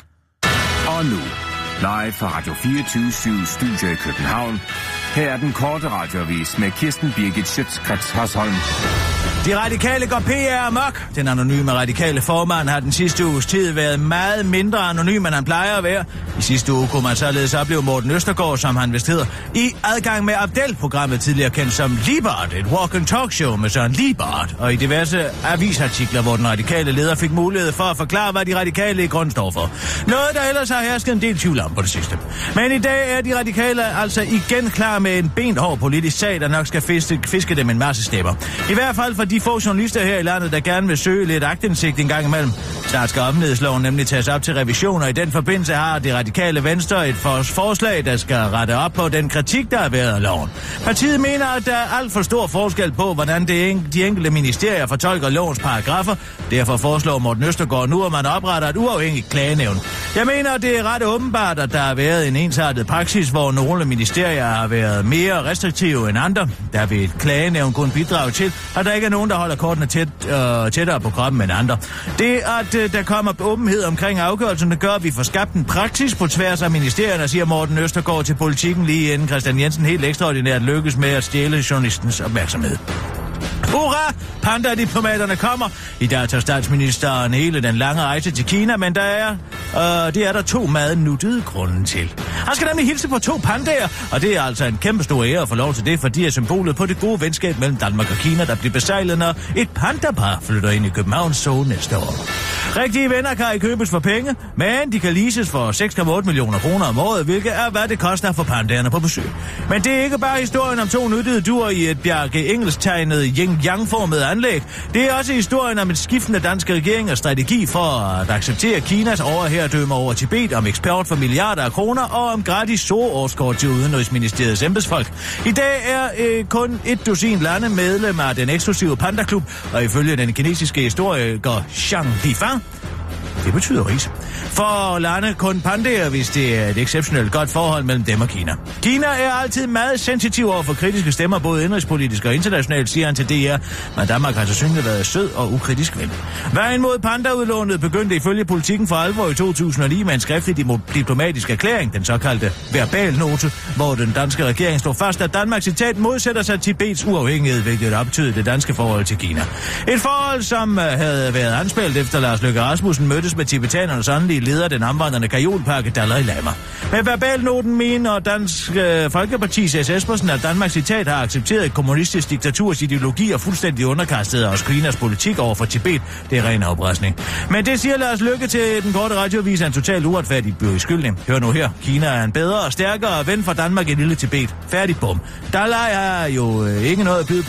Og nu, live fra Radio fireogtyve syv Studio i København. Her er den korte radioavis med Kirsten Birgit Schøtz-Krets Hørsholm. De radikale går P R amok. Den anonyme radikale formand har den sidste uges tid været meget mindre anonym, end han plejer at være. I sidste uge kunne man således opleve Morten Østergaard, som han vist hedder, i Adgang med Abdel-programmet tidligere kendt som Liebert, et walk-and-talk-show med Søren Liebert, og i diverse avisartikler, hvor den radikale leder fik mulighed for at forklare, hvad de radikale i grund står for. Noget, der ellers har hersket en del tvivl om på det sidste. Men i dag er de radikale altså igen klar med en benhård politisk sag, der nok skal fiske, fiske dem en masse stemmer. I hvert fald for de få journalister her i landet, der gerne vil søge lidt aktindsigt en gang imellem. Snart skal offentlighedsloven nemlig tages op til revision, og i den forbindelse har det radikale Venstre et forslag, der skal rette op på den kritik, der har været af loven. Partiet mener, at der er alt for stor forskel på, hvordan det de enkelte ministerier fortolker lovens paragrafer. Derfor foreslår Morten Østergaard nu, at man opretter et uafhængigt klagenævn. Jeg mener, at det er ret åbenbart, at der har været en ensartet praksis, hvor nogle ministerier har været mere restriktive end andre. Der vil et klagenævn kunne bidrage til, at der ikke er nogen, der holder kortene tæt, øh, tættere på kroppen end andre. Det, at øh, der kommer åbenhed omkring afgørelserne, gør, at vi får skabt en praksis på tværs af ministerierne, siger Morten Østergaard til Politikken, lige inden Christian Jensen helt ekstraordinært lykkes med at stjæle journalistens opmærksomhed. Hurra! Panda-diplomaterne kommer. I dag tager statsministeren hele den lange rejse til Kina, men der er, øh, det er der to meget nuttede grunde til. Han skal nemlig hilse på to pandaer, og det er altså en kæmpe stor ære at få lov til det, fordi er symbolet på det gode venskab mellem Danmark og Kina, der bliver besejlet, når et pandapar flytter ind i Københavns Zoo næste år. Rigtige venner kan ikke købes for penge, men de kan leases for seks komma otte millioner kroner om året, hvilket er, hvad det koster for pandaerne på besøg. Men det er ikke bare historien om to nyttede duer i et bjerge engelsktegnet yin-yang-formet anlæg. Det er også historien om et skiftende danske regering og strategi for at acceptere Kinas overherredømme over Tibet, om eksport for milliarder af kroner og om gratis zoo-årskort til Udenrigsministeriets embedsfolk. I dag er øh, kun et dusin lande medlem af den eksklusive pandaklub, og ifølge den kinesiske historiker Zhang Difang, det betyder ris. For lande kun pandaer, hvis det er et exceptionelt godt forhold mellem dem og Kina. Kina er altid meget sensitiv over for kritiske stemmer, både indrigspolitisk og internationalt, siger han til D R, men Danmark har sandsynligt været sød og ukritisk ven. Vejen mod pandaudlånet begyndte ifølge Politikken for alvor i to tusind og ni med en skriftlig diplomatisk erklæring, den såkaldte verbalnote, hvor den danske regering stod fast, at Danmark citat modsætter sig Tibets uafhængighed, hvilket optød det danske forhold til Kina. Et forhold, som havde været anspillet efter Lars Løkke Rasmussen mødtes med tibetanernes åndelige leder, den omvandrende kajolpakke Dalai Lama. Med verbalnoten mener Dansk øh, Folkepartis S. Espersen, at Danmark citat har accepteret et kommunistisk diktaturs ideologi og fuldstændig underkastet os Kinas politik over for Tibet. Det er ren afpresning. Men det siger Lars Løkke til den korte radioavis er en totalt uretfærdig beskyldning. Hør nu her. Kina er en bedre og stærkere ven for Danmark end lille Tibet. Færdig bum. Dalai har jo øh, ikke noget at byde på.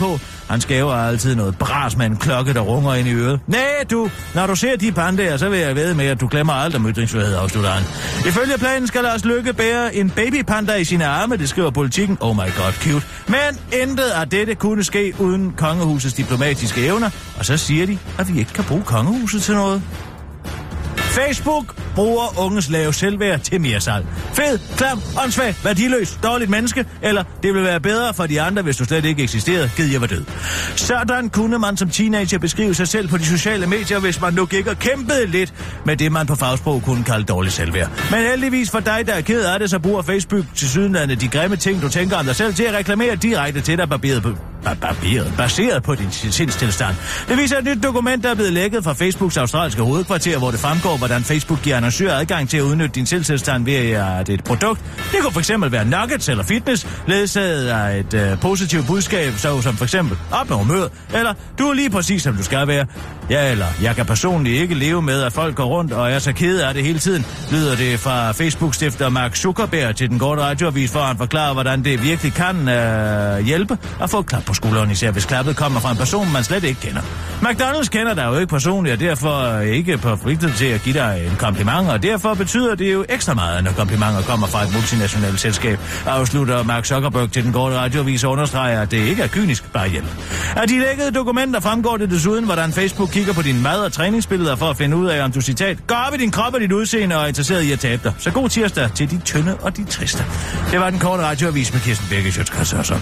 Han skæver altid noget bras med en klokke, der runger ind i øret. Nej, du, når du ser de pandaer, så vil jeg ved med, at du glemmer alt om ytringsfrihed, afslutter han. Ifølge planen skal Lars Løkke bære en babypanda i sine arme, det skriver Politikken. Oh my god, cute. Men intet af dette kunne ske uden kongehusets diplomatiske evner, og så siger de, at vi ikke kan bruge kongehuset til noget. Facebook bruger unges lave selvværd til mere salg. Fed, klam, åndssvag, værdiløs, dårligt menneske, eller det ville være bedre for de andre, hvis du slet ikke eksisterede, gid jeg var død. Sådan kunne man som teenager beskrive sig selv på de sociale medier, hvis man nu gik og kæmpede lidt med det, man på fagsprog kunne kalde dårligt selvværd. Men heldigvis for dig, der er ked af det, så bruger Facebook til sydenlande de grimme ting, du tænker om dig selv, til at reklamere direkte til dig barberet på, barberet, baseret på din sindstilstand. Det viser et nyt dokument, der er blevet lækket fra Facebooks australske hovedkvarter, hvor det fremgår, hvordan Facebook giver annoncører adgang til at udnytte din sindstilstand ved at et produkt. Det kunne fx være nuggets eller fitness, ledsaget af et øh, positivt budskab, så som for eksempel op med humøret, eller du er lige præcis som du skal være. Ja, eller jeg kan personligt ikke leve med, at folk går rundt og er så kede af det hele tiden, lyder det fra Facebook-stifter Mark Zuckerberg til den korte radioavis, for han forklarer, hvordan det virkelig kan øh, hjælpe at få et klap på skulderen, især hvis klappet kommer fra en person, man slet ikke kender. McDonald's kender dig jo ikke personligt, og derfor ikke forpligtet til at give dig en kompliment, og derfor betyder det jo ekstra meget, når komplimenter kommer fra et multinationalt selskab, afslutter Mark Zuckerberg til den korte radioavis og understreger, at det ikke er kynisk, bare hjælp. Af de lækkede dokumenter fremgår det desuden, hvordan Facebook kigger på dine mad- og træningsbilleder for at finde ud af, om du, citat, går op i din krop og dit udseende og er interesseret i at tabe dig. Så god tirsdag til de tynde og de triste. Det var den korte radioavis med Kirsten Birgit Schøtz-Krets Hørsholm.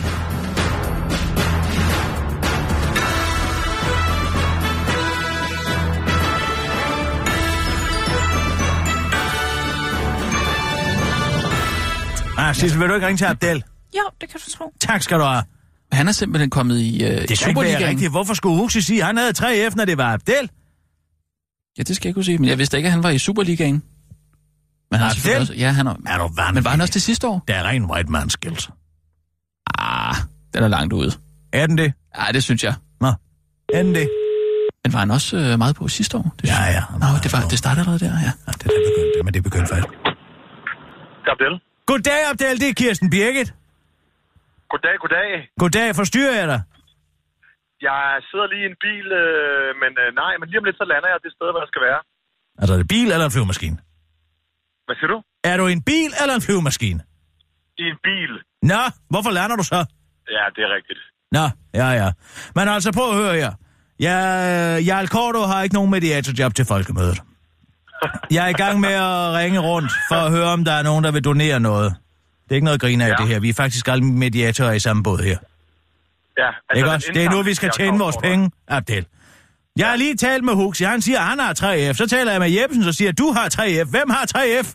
Ah, Sissel, vil du ikke ringe til Abdel? Jo, det kan du tro. Tak skal du have. Han er simpelthen kommet i uh, Det skal ikke være rigtigt. Hvorfor skulle Huxi sige, at han havde tre F, når det var Abdel? Ja, det skal jeg kunne sige. Men jeg vidste ikke, at han var i Superligaen. Men han Abdel? også, ja, han er, er du vanvittig? Men var han også det sidste år? Det er ren white man skills. Ah, den er langt ude. Er den det? Ja, det synes jeg. Nå, er den det? Men var han også øh, meget på sidste år? Det ja, ja. Nå, det, var, det startede allerede der, ja. Ja, det er der begyndt, men det er begyndt først. Abdel. Goddag, Abdel, det er Kirsten Birgit. Goddag, goddag. Goddag, forstyrrer jeg dig? Jeg sidder lige i en bil, øh, men øh, nej, men lige om lidt så lander jeg det sted, hvor jeg skal være. Altså, er det bil eller en flyvemaskine? Hvad siger du? Er du i en bil eller en flyvemaskine? I en bil. Nå, hvorfor lander du så? Ja, det er rigtigt. Nå, ja, ja. Men altså, prøv at høre her. Jeg, Jarl Korto har ikke nogen mediatorjob til folkemødet. Jeg er i gang med at ringe rundt for at høre, om der er nogen, der vil donere noget. Det er ikke noget griner af ja. det her. Vi er faktisk alle mediatorer i samme båd her. Ja, altså... Ikke også? Det er nu, vi skal tjene vores penge, Abdel. Jeg har lige talt med Huxi. Han siger, at han har tre F. Så taler jeg med Jeppesen, og siger, at du har tre F. Hvem har tre F?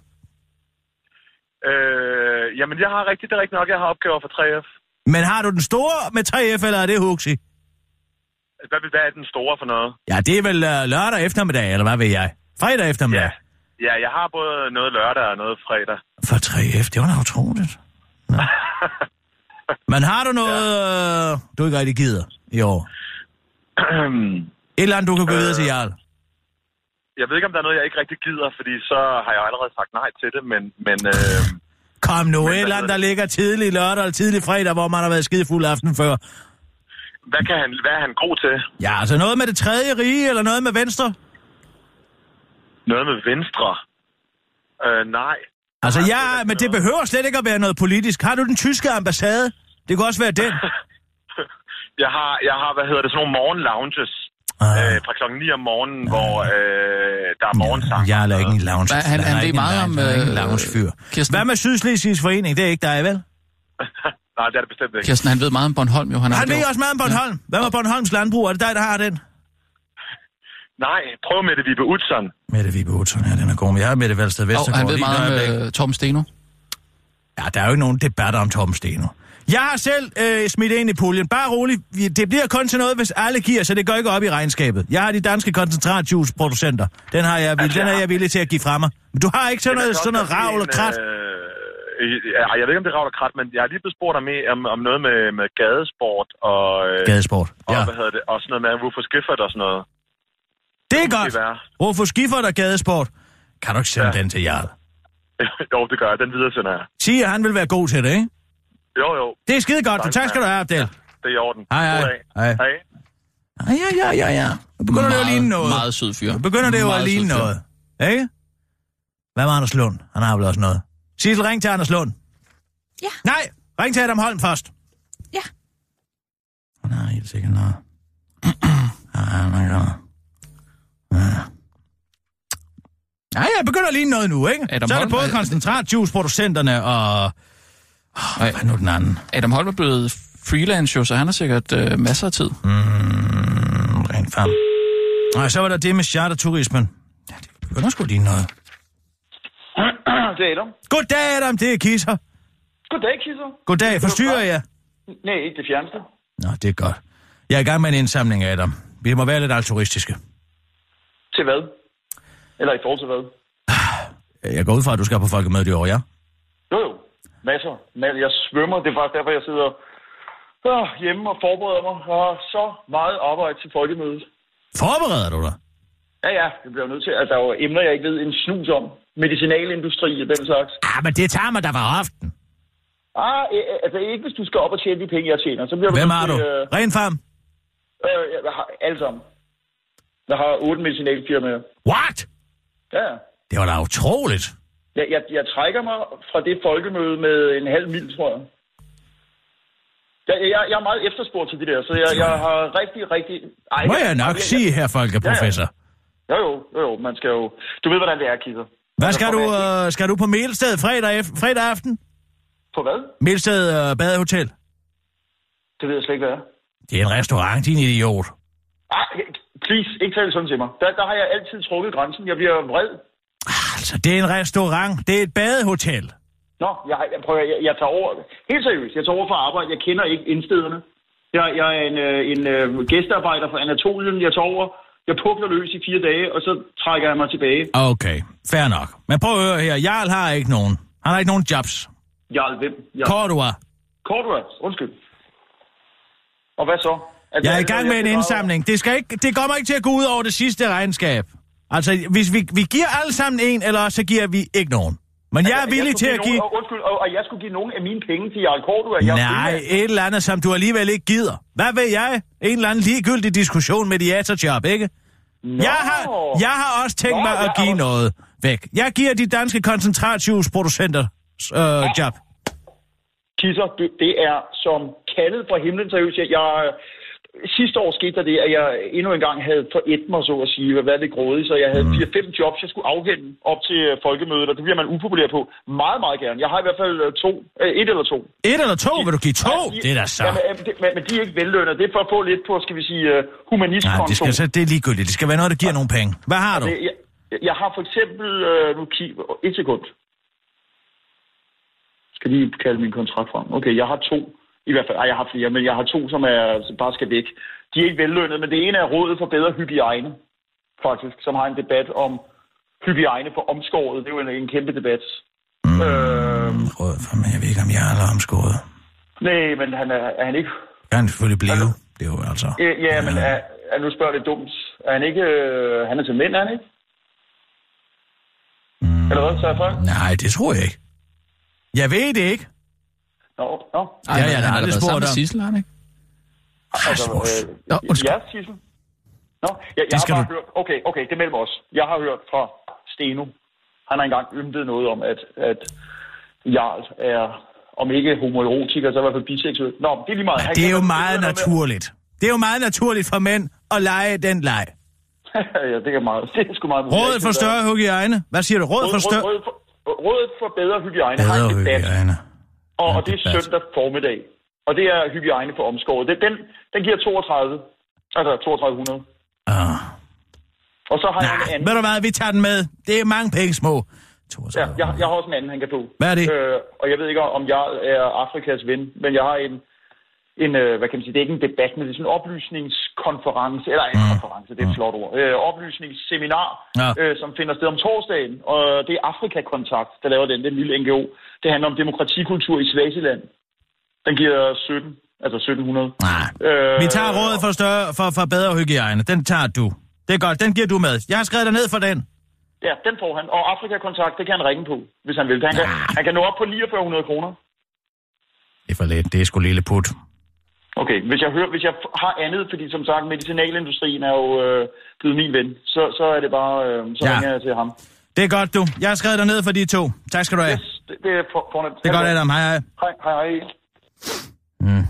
Øh, jamen, jeg har rigtigt, det er rigtigt nok. Jeg har opgaver for tre F. Men har du den store med tre F, eller er det Huxi? Hvad, hvad er den store for noget? Ja, det er vel uh, lørdag eftermiddag, eller hvad ved jeg? Fredag eftermiddag? Ja. Ja, jeg har både noget lørdag og noget fredag. For tre F, det var da utroligt. Men har du noget, ja. øh, du ikke rigtig gider i år? Et eller andet, du kan gå øh, videre til Jarl? Jeg ved ikke, om der er noget, jeg ikke rigtig gider, fordi så har jeg allerede sagt nej til det, men... men øh, Kom nu, men, et eller andet, der ligger tidlig lørdag eller tidlig fredag, hvor man har været skidefuld aften før. Hvad, kan han, hvad er han god til? Ja, altså noget med det tredje rige, eller noget med venstre? Noget med venstre? Øh, nej. Altså, ja, men det behøver slet ikke at være noget politisk. Har du den tyske ambassade? Det kunne også være den. jeg har, jeg har, hvad hedder det, sådan nogle morgenlounges. Ah. Øh, fra klokken ni om morgenen, ah. hvor øh, der er morgensang. Ja, jeg er ikke en lounge. Hva, han han ved meget om... Øh, en loungefyr. Hvad med Sydslesvigs forening? Det er ikke dig, vel? Nej, det er det bestemt ikke. Kirsten, han ved meget om Bornholm, jo. Han, han ved også meget om Bornholm. Ja. Hvad med Bornholms landbrug? Er det dig, der har den? Nej, prøv Mette Vibe Utzon. Mette Vibe Utzon, ja, den er god. Jeg har Mette Valsted Vestergaard. Og han ved meget om uh, Torben Steno. Ja, der er jo ikke nogen debatter om Torben Steno. Jeg har selv øh, smidt ind i puljen. Bare roligt. Det bliver kun til noget, hvis alle giver, så det går ikke op i regnskabet. Jeg har de danske koncentratjuiceproducenter. Den har jeg, altså, den er jeg villig til at give fra mig. Men du har ikke sådan noget, sådan noget ravl og krat? Øh, jeg ved ikke, om det er ravl og krat, men jeg har lige blevet spurgt om, om, om noget med, med gadesport og... Øh, gadesport, ja. Og, hvad hedder det, og sådan noget med Rufus Gifford og sådan noget. Det er godt. Rufus Gifford og gadesport. Kan du ikke sende ja. den til Jarl? Jo, det gør jeg. Den videre sender jeg. Siger, han vil være god til det, ikke? Jo, jo. Det er skide godt. Tak, tak skal du have, Abdel. det er i orden. Hej, hej. Goddag. Hej. Hej. Ja, ja, ja, ja, ja. Nu begynder det jo at ligne noget. Meget sød fyr. Nu begynder det jo at ligne noget. Ikke? Hvad med Anders Lund? Han har vel også noget. Sissel, ring til Anders Lund. Ja. Nej, ring til Adam Holm først. Ja. Han har helt sikkert noget. Ja, han har noget. Ja. Ja, jeg begynder at ligne noget nu, ikke? Adam Så er det Holm både er- koncentratjuiceproducenterne og... Oh, hvad er nu den anden? Adam Holm er blevet freelance jo, så han har sikkert øh, masser af tid. Mm, rent frem. Og så var der det med charterturismen. Ja, det begynder sgu lige noget. Det er Adam. Goddag, Adam, det er Kisser. Goddag, Kisser. Goddag, forstyrrer jeg? Nej, ikke det fjerneste. Nå, det er godt. Jeg er i gang med en indsamling, Adam. Vi må være lidt altruistiske. Til hvad? Eller i forhold til hvad? Jeg går ud fra, at du skal på folkemødet i år, ja? Jo, jo. Masser. Men jeg svømmer. Det er faktisk derfor, jeg sidder øh, hjemme og forbereder mig. Jeg har så meget arbejde til folkemødet. Forbereder du dig? Ja, ja. Det bliver jo nødt til. Altså, der er jo emner, jeg ikke ved en snus om. Medicinalindustri og den slags. Ah, men det tager man da for aften. Ah, øh, altså ikke hvis du skal op og tjene de penge, jeg tjener. Så bliver du Hvem har du? Øh, Ren farm? øh, jeg har alle sammen. Jeg har otte medicinalfirmaer. What? Ja, ja. Det var da utroligt. Jeg, jeg, jeg trækker mig fra det folkemøde med en halv mil, tror jeg. Jeg, jeg, jeg er meget efterspurgt til det der, så jeg, jeg har rigtig, rigtig... Ej, Må jeg nok jeg, sige, her folkeprofessor. Ja, ja. Jo, jo, jo, man skal jo... Du ved, hvordan det er, Kisser. Hvad skal du, øh, skal du på Melsted fredag, ef- fredag aften? På hvad? Melsted øh, Badehotel. Det ved jeg slet ikke, hvad er. Det er en restaurant, din idiot. Ah, please, ikke tale sådan til mig. Der, der har jeg altid trukket grænsen. Jeg bliver vred. Altså, det er en restaurant. Det er et badehotel. Nå, jeg, jeg prøver, jeg, jeg tager over... Helt seriøst, jeg tager over for arbejde. Jeg kender ikke indstederne. Jeg, jeg er en, øh, en øh, gæstearbejder fra Anatolien. Jeg tager over... Jeg pukler løs i fire dage, og så trækker jeg mig tilbage. Okay, fair nok. Men prøv at høre her. Jarl har ikke nogen. Han har ikke nogen jobs. Jarl, hvem? Jarl. Cordua. Cordua, undskyld. Og hvad så? Er Jeg er i det, gang jeg med en skal indsamling. Det, skal ikke, det kommer ikke til at gå ud over det sidste regnskab. Altså, hvis vi, vi giver alle sammen en, eller så giver vi ikke nogen. Men jeg er Altså, villig jeg til at give... Nogen, og, undskyld, og, og jeg skulle give nogen af mine penge til Jarl Cordua. Jeg er Nej, primært- et eller andet, som du alligevel ikke gider. Hvad ved jeg? En eller anden ligegyldig diskussion med mediatorjob, ikke? Nå. Jeg har, jeg har også tænkt Nå, mig at jeg give har- noget væk. Jeg giver de danske koncentrationsproducenter øh, job. Kisser, det, det er som kaldet fra himlen seriøst. Jeg, jeg, sidste år skete der det, at jeg endnu engang havde forædt mig, så at sige, hvad det grådige, så jeg havde Mm. fire fem jobs, jeg skulle afhænde op til øh, folkemødet, og det bliver man upopulær på. Meget, meget gerne. Jeg har i hvert fald øh, to, øh, et eller to. Et eller to? Vil du give to? Ja, de, Det er da så. Ja, men, øh, det, men, men de er ikke vellønnet. Det er for at få lidt på, skal vi sige, uh, humanistkonto. Nej, det, skal, så, det er ligegyldigt. Det skal være noget, der giver nogle penge. Hvad har du? Det, jeg, jeg har for eksempel... Øh, nu kig, et sekund. Skal lige kalde min kontrakt frem. Okay, jeg har to. I hvert fald, ej, jeg har flere, men jeg har to, som er, som bare skal væk. De er ikke vellønnet, men det ene er Rådet for Bedre Hygiejne, faktisk, som har en debat om hygiejne for omskåret. Det er jo en, en kæmpe debat. Mm, øh, Råd for mig. Jeg ved ikke, om jeg er omskåret. nej, men han er, er han ikke... Kan han selvfølgelig blive. Det er jo altså... Øh, ja, men er, er, nu spørger det dumt. Er han ikke... Øh, han er til mænd, er han ikke? Mm, Eller hvad, så er jeg nej, det tror jeg ikke. Jeg ved det ikke. Nå, nå. Ej, Ja, ja, ja, han der er har da aldrig været spurgt sammen med om. Sissel, har han ikke? Rasmus. Altså, Nå, øh, undskyld. ja, Sissel. Nå, jeg, jeg har skal bare du- hørt... Okay, okay, det er mellem os. Jeg har hørt fra Steno. Han har engang ymtet noget om, at, at Jarl er, om ikke homoerotiker, så i hvert fald biseksuel. Nå, det er lige meget. Han Det er jo kan- meget det er noget naturligt. Det er jo meget naturligt for mænd at lege den leg. med- ja, det er meget. Det er sgu meget muligt. Rådet for større hygiejne. Hvad siger du? Rådet for større... Rådet for, rådet for bedre hygiejne har Bedre en debat, hygiejne. og, Ja, og det er debat. søndag formiddag. Og det er hygiejne for omskåret. Den, den, den giver toogtredive. Altså toogtredive hundrede. Ah. Og så har jeg en Nej, anden. ved du hvad? Vi tager den med. Det er mange penge små. Ja, jeg, jeg har også en anden, han kan få. Hvad er det? Øh, og jeg ved ikke, om jeg er Afrikas ven, men jeg har en, en øh, hvad kan man sige, det er ikke en debat, men det er sådan en oplysningskonference, eller en mm. konference, det er et flot ord, øh, oplysningsseminar, Ja. øh, som finder sted om torsdagen, og det er Afrika-kontakt, der laver den, den lille N G O. Det handler om demokratikultur i Swaziland. Den giver sytten, altså sytten hundrede. Nej. Øh, Vi tager rådet for, større, for, for bedre hygiejne. Den tager du. Det er godt. Den giver du med. Jeg har skrevet dig ned for den. Ja, den får han. Og Afrika-kontakt, det kan han ringe på, hvis han vil. Han kan, han kan nå op på niogfyrre hundrede kroner. Det er for lidt. Det er sgu lille put. Okay, hvis jeg hører, hvis jeg har andet, fordi som sagt, medicinalindustrien er jo øh, blevet min ven, så, så er det bare, øh, så Ja. ringer jeg til ham. Det er godt, du. Jeg har skrevet dig ned for de to. Tak skal du have. Yes, det, det er for, fornemt. Det er godt, Adam. Hej, hej. Hej, hej, hej. Mm.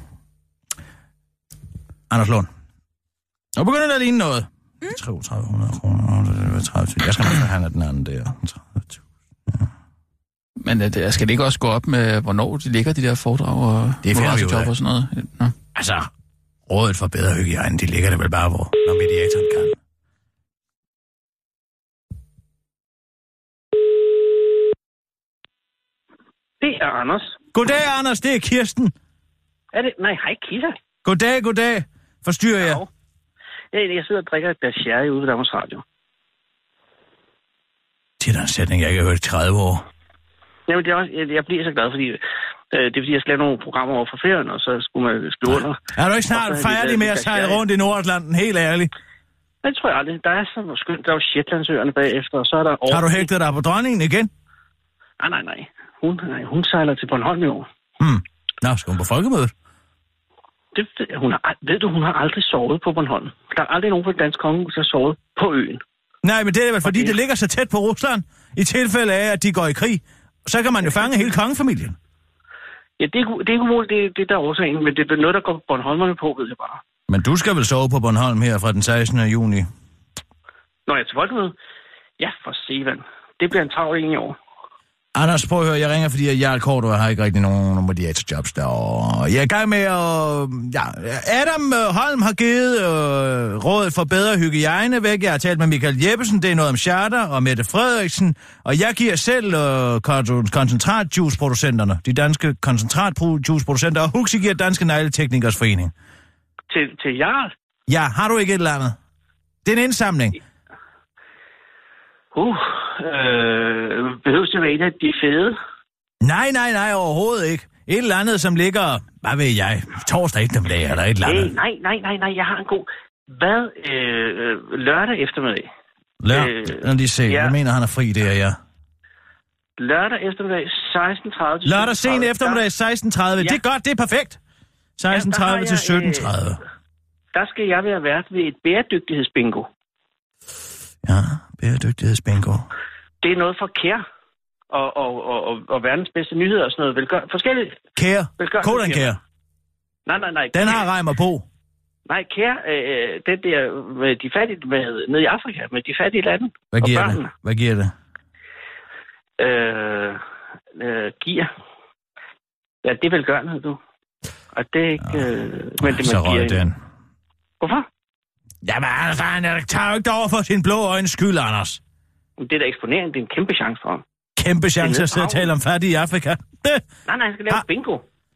Anders Lund. Nu begynder der at ligne noget. Mm. treogtredive hundrede kroner. tredive tusind. Jeg skal nok forhandle den anden der. tredive tusind. Ja. Men uh, det, skal det ikke også gå op med, hvornår de ligger, de der foredrag og Det finder vi ud af. og sådan noget? Nå. Altså, rådet for bedre hygiejne, de ligger der vel bare, hvor når mediatoren kan. Det er Anders. Goddag, Anders. Det er Kirsten. Er det? Nej, hej, Kisser. Goddag, goddag. Forstyrrer jeg? Ja, jeg sidder og drikker et glas sherry ude ved Danmarks Radio. Det er da en sætning, jeg ikke har hørt i tredive år. Jamen, det er også, jeg, jeg bliver så glad, fordi øh, det er fordi, jeg skal lave nogle programmer over for ferien, og så skulle man skrive under. Er du ikke snart færdig med at sejle rundt i Nordatlanten? Helt ærligt. Det tror jeg aldrig. Der er så skønt. Der er jo Shetlandsøerne bagefter, og så er der... Over... Har du hægtet dig på dronningen igen? Nej, nej, nej. Hun, nej, hun sejler til Bornholm i år. Hmm. Nå, skal hun på folkemødet? Det, det, hun har, ved du, hun har aldrig sovet på Bornholm. Der er aldrig nogen på det danske kongehus, der har sovet på øen. Nej, men det er vel fordi, det ligger så tæt på Rusland, i tilfælde af, at de går i krig. Så kan man jo fange hele kongefamilien. Ja, det er, det er umuligt, det, det der er årsagen, men det er noget, der går Bornholmerne på, ved jeg bare. Men du skal vel sove på Bornholm her fra den sekstende juni? Når jeg er til folkemøde? Ja, for Sevan. Det bliver en travl en i år. Anders, prøv at høre, jeg ringer, fordi Jarl Cordua har ikke rigtig nogen mediatorjobs der. Og jeg er i gang med at... Ja, Adam Holm har givet øh, rådet for bedre hygiejne væk. Jeg har talt med Michael Jeppesen, det er noget om charter, og Mette Frederiksen. Og jeg giver selv øh, koncentratjuiceproducenterne, de danske koncentratjuiceproducenter, og Huxi giver Danske Negleteknikers Forening. Til, til Jarl? Ja, har du ikke et eller andet? Det er en indsamling. Uh, øh, behøves det være en af de fede? Nej, nej, nej, overhovedet ikke. Et eller andet, som ligger, hvad ved jeg, torsdag eftermiddag eller et eller andet. Hey, nej, nej, nej, nej, jeg har en god... Hvad? Øh, lørdag eftermiddag? Lørdag, øh, lad lige se. Ja. Jeg mener, han er fri, det er jeg. Lørdag eftermiddag, seksten tredive til Lørdag sen eftermiddag, seksten tredive. Ja. Det er godt, det er perfekt. seksten tredive ja, til sytten tredive. Øh, der skal jeg være vært ved et bæredygtighedsbingo. Ja, bæredygtighedsbingo. Det er noget for Kær og, og, og, og, og verdens bedste nyheder og sådan noget. Velgør, forskelligt. Kær? Kodan Kær? Nej, nej, nej. Den har Reimer på. Nej, Kær, øh, det der med de fattige med, nede i Afrika, med de fattige lande. Hvad giver det? Hvad giver det? Øh, øh, giver. Ja, det er velgørenhed, du. Og det er ikke... Ja. Øh, men det, så røg den. Hvorfor? Jamen, altså, han tager jo ikke over for sin blå øjnes skyld, Anders. Det er da eksponering. Det er en kæmpe chance for ham. Kæmpe chance at sidde og tale om fattige i Afrika. Det. Nej, nej, han skal lave ha. bingo.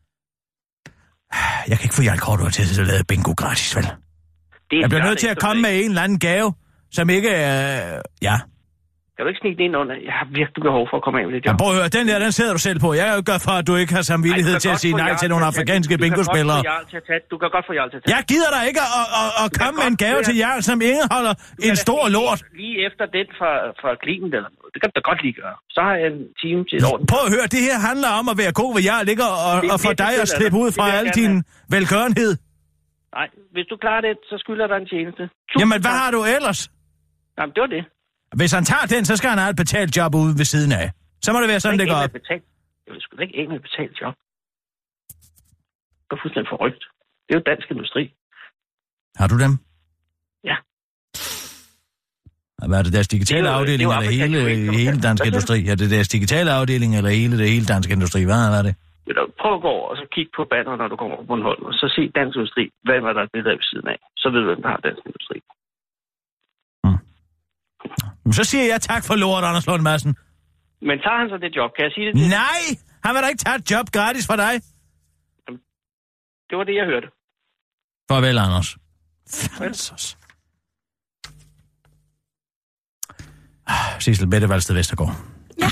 Jeg kan ikke få Jarl Cordua til at lave bingo gratis, vel? Jeg bliver nødt til at komme med en eller anden gave, som ikke er... Øh, ja. Kan du ikke snige det ind under? Jeg har virkelig behov for at komme af med det job. Ja, prøv at høre, den der, den sidder du selv på. Jeg er jo godt for, at du ikke har samvittighed til at sige nej til nogle afrikanske bingospillere. Du kan godt få Jarl til at tage. Jeg gider dig ikke at, at, at komme med en gave til Jarl, som indeholder en stor lort. Lige efter den fra, fra Klimen eller noget. Det kan du da godt lige gøre. Så har jeg en time til et år. Prøv at høre, det her handler om at være god ved Jarl, ikke? Og, og for dig at slippe ud fra al din velgørenhed. Nej, hvis du klarer det, så skylder der en tjeneste. Jamen, hvad har du ellers? Jamen, det var det. Hvis han tager den, så skal han have et betalt job ude ved siden af. Så må det være sådan, det går op. Jeg vil sgu da ikke af med et betalt job. Det er fuldstændig forrygt. Det er jo dansk industri. Har du dem? Ja. Hvad er det deres digitale det jo, afdeling, det eller hele, hele dansk industri? Er det deres digitale afdeling, eller hele det hele dansk industri? Hvad er det? Prøv at gå over og så kigge på banner, når du kommer på Bornholm, og så se dansk industri. Hvad var der et billede af ved siden af? Så ved du, hvem der har dansk industri. Men så siger jeg tak for lort, Anders Lund Madsen. Men tager han så det job? Kan jeg sige det til? Nej! Han vil da ikke tage et job gratis for dig. Det var det, jeg hørte. Farvel, Anders. Falsos. Sissel Mette Valsted Vestergaard. Ja.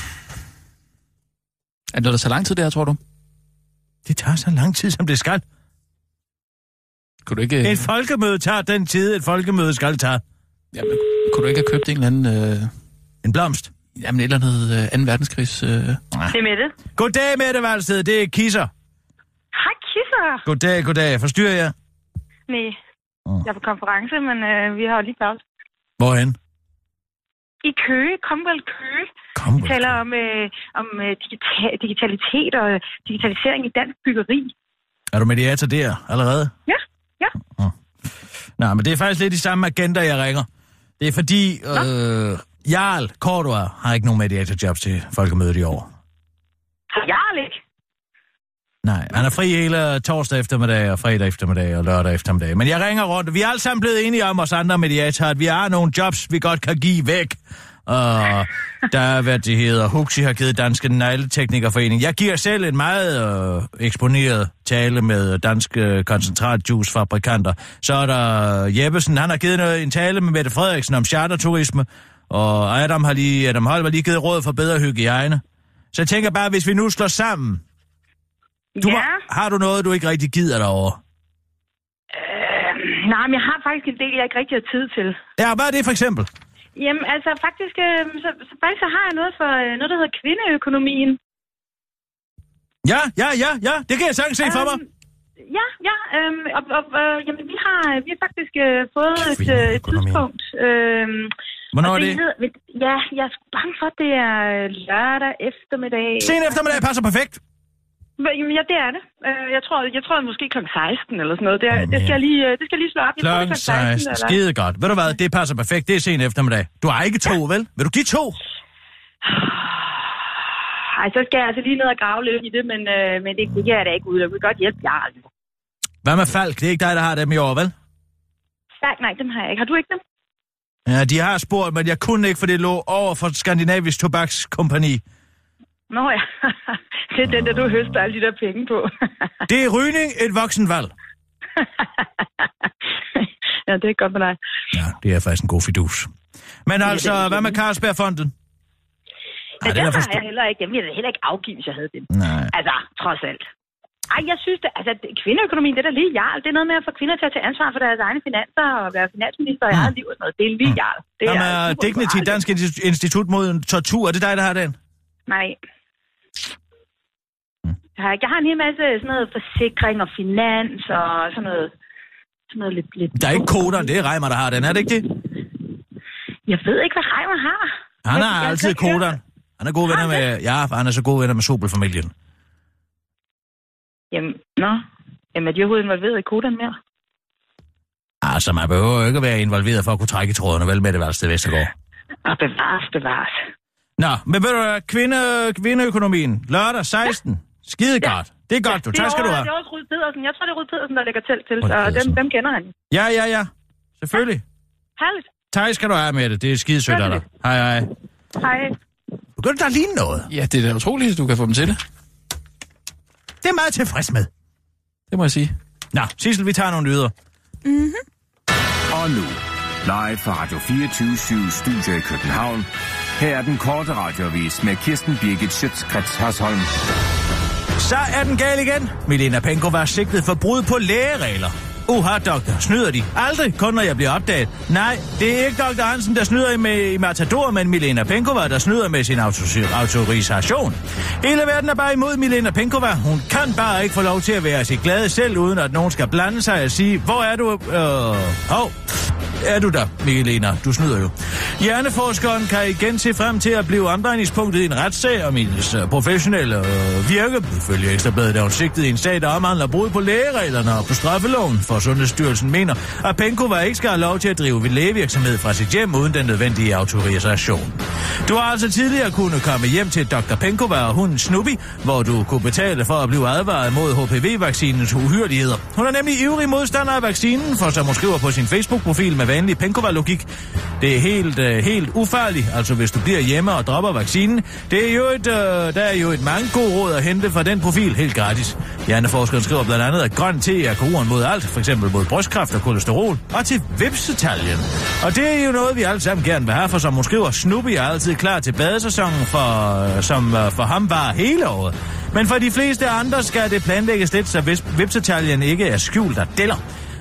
Er det noget, der tager lang tid, det her, tror du? Det tager så lang tid, som det skal. Kunne du ikke... Et folkemøde tager den tid, et folkemøde skal tage. Jamen, kunne du ikke have købt en eller anden... Øh... En blomst? Jamen, et eller andet anden verdenskrigs... Øh... Det er Mette. Goddag, Mette Valsted. Det er Kisser. Hej, Kisser. Holger. Goddag, goddag. Forstyrrer jeg? Nej, Mm. jeg er på konference, men øh, vi har jo lige pause. Hvorhen? I Køge, Comwell Køge. Comwell Vi taler om, øh, om øh, digita- digitalitet og digitalisering i dansk byggeri. Er du mediator der allerede? Ja, ja. Mm. Nej, men det er faktisk lidt i samme agenda, jeg ringer. Det er fordi, øh, Jarl Cordua har ikke nogen mediatorjobs til folkemødet i år. Har jeg ikke? Nej, han er fri hele torsdag eftermiddag og fredag eftermiddag og lørdag eftermiddag. Men jeg ringer rundt. Vi er alle sammen blevet enige om os andre mediatorer, at vi har nogle jobs, vi godt kan give væk. Og der er, hvad det hedder, Huxi har givet Danske Negleteknikerforening. Jeg giver selv en meget øh, eksponeret tale med danske koncentratjuicefabrikanter. Så er der Jeppesen, han har givet noget, en tale med Mette Frederiksen om charterturisme. Og Adam har lige, Adam Holm har lige givet råd for bedre hygiejne. Så jeg tænker bare, hvis vi nu slår sammen... Du ja. har, har du noget, du ikke rigtig gider derovre? Øh, nej, men jeg har faktisk en del, jeg ikke rigtig har tid til. Ja, hvad er det for eksempel? Jamen, altså faktisk, øh, så, så, faktisk så har jeg noget for øh, noget, der hedder kvindeøkonomien. Ja, ja, ja, ja. Det kan jeg sagtens se for mig. Øhm, ja, ja. Øhm, og, og, øh, jamen, vi har, vi har faktisk øh, fået et, øh, et tidspunkt. Øh, Hvornår er det? Hedder, ja, jeg er bange for, at det er lørdag eftermiddag. Sen eftermiddag passer perfekt. Jamen, ja, det er det. Jeg tror, jeg tror måske klokken seksten eller sådan noget. Det, er, det, skal, jeg lige, det skal jeg lige slå op. Jeg klokken seksten. Skide godt. Ved du hvad, det passer perfekt. Det er sen eftermiddag. Du har ikke to, ja. Vel? Vil du give to? Ej, så skal jeg altså lige ned og grave lidt i det, men, øh, men det, det kan jeg da ikke ud. Jeg vil godt hjælpe jer. Hvad med Falk? Det er ikke dig, der har dem i år, vel? Falk, nej, dem har jeg ikke. Har du ikke dem? Ja, de har spurgt, men jeg kunne ikke, for det lå over for Skandinavisk Tobakskompagni. Nå ja, det er den, der du høster alle de der penge på. Det er rygning et voksenvalg. Ja, det er godt med dig. Ja, det er faktisk en god fidus. Men altså, ja, hvad med Carlsbergfonden? Ja, den har jeg heller ikke. Den ville jeg heller ikke afgive, hvis jeg havde den. Nej. Altså, trods alt. Ej, jeg synes, det, altså, kvindeøkonomien, det er da lige jarl. Det er noget med at få kvinder til at tage ansvar for deres egne finanser og være finansminister i mm. eget liv og sådan noget. Det er lige jarl. Det er Jamen, er Dignity, Dansk Institut mod Tortur, er det dig, der har den? Nej. Jeg har, jeg har en hel masse sådan noget forsikring og finans og sådan noget, sådan noget lidt, lidt... Der er ikke koderen, det er Reimer, der har den, er det ikke det? Jeg ved ikke, hvad Reimer har. Han har jeg altid koderen. Han er gode venner med... Ja, han er så gode venner med Sobel-familien. Jamen, nå. Jamen, er de overhovedet involveret i koderen mere? Altså, man behøver jo ikke at være involveret for at kunne trække i trådene, vel, med det Valsted Vestergaard. Og bevares, bevares. Nå, men ved du, kvinde, kvindeøkonomien, lørdag seksten. Skide ja. Godt. Det er godt, du. Tak skal du have. Det er også Rud Pedersen. Jeg tror, det er Rud Pedersen, der lægger til til, så dem, dem kender han. Ja, ja, ja. Selvfølgelig. Herligt. Tak skal du have med det. Det er skide sødt af dig. Hej, hej. Hej. Begynder der at ligne noget? Ja, det er da utroligt, at du kan få dem til det. Det er meget tilfreds med. Det må jeg sige. Nå, Sissel, vi tager nogle lyder. Mhm. Og nu, live fra Radio fireogtyve syv Studio i København. Her er den korte radioavis med Kirsten Birgit Schøtz-Krets Hasholm. Så er den gal igen. Milena Penko var sigtet for brud på lægeregler. Uha, doktor, snyder de? Aldrig, kun når jeg bliver opdaget. Nej, det er ikke doktor Hansen, der snyder med i Matador, men Milena Penkova, der snyder med sin autorisation. Hele verden er bare imod Milena Penkova. Hun kan bare ikke få lov til at være sig glade selv, uden at nogen skal blande sig og sige, hvor er du? Øh, oh. Er du der, Milena? Du snyder jo. Hjerneforskeren kan igen se frem til at blive omdrejningspunktet i en retssag om hendes professionelle øh, virke. Ifølge Ekstrabladet er hun sigtet i en sag, der omhandler brud på lægereglerne og på straffeloven, for Sundhedsstyrelsen mener, at Penkova ikke skal have lov til at drive lægevirksomhed fra sit hjem uden den nødvendige autorisation. Du har altså tidligere kunnet komme hjem til doktor Penkova og hunden Snuppy, hvor du kunne betale for at blive advaret mod H P V-vaccinens uhyreligheder. Hun er nemlig ivrig modstander af vaccinen, for som hun skriver på sin Facebook-profil med vanlig Penkova-logik. Det er helt, øh, helt ufarligt, altså hvis du bliver hjemme og dropper vaccinen. Det er jo et, øh, der er jo et mange gode råd at hente fra den profil helt gratis. Hjerneforskeren skriver blandt andet, at grøn te er kuren mod alt, for eksempel mod brystkræft og kolesterol, og til vipsetaljen. Og det er jo noget, vi alle sammen gerne vil have, for som hun skriver, Snuppy er altid klar til badesæsonen, for, som for ham var hele året. Men for de fleste andre skal det planlægges lidt, så vipsetaljen ikke er skjult af deller.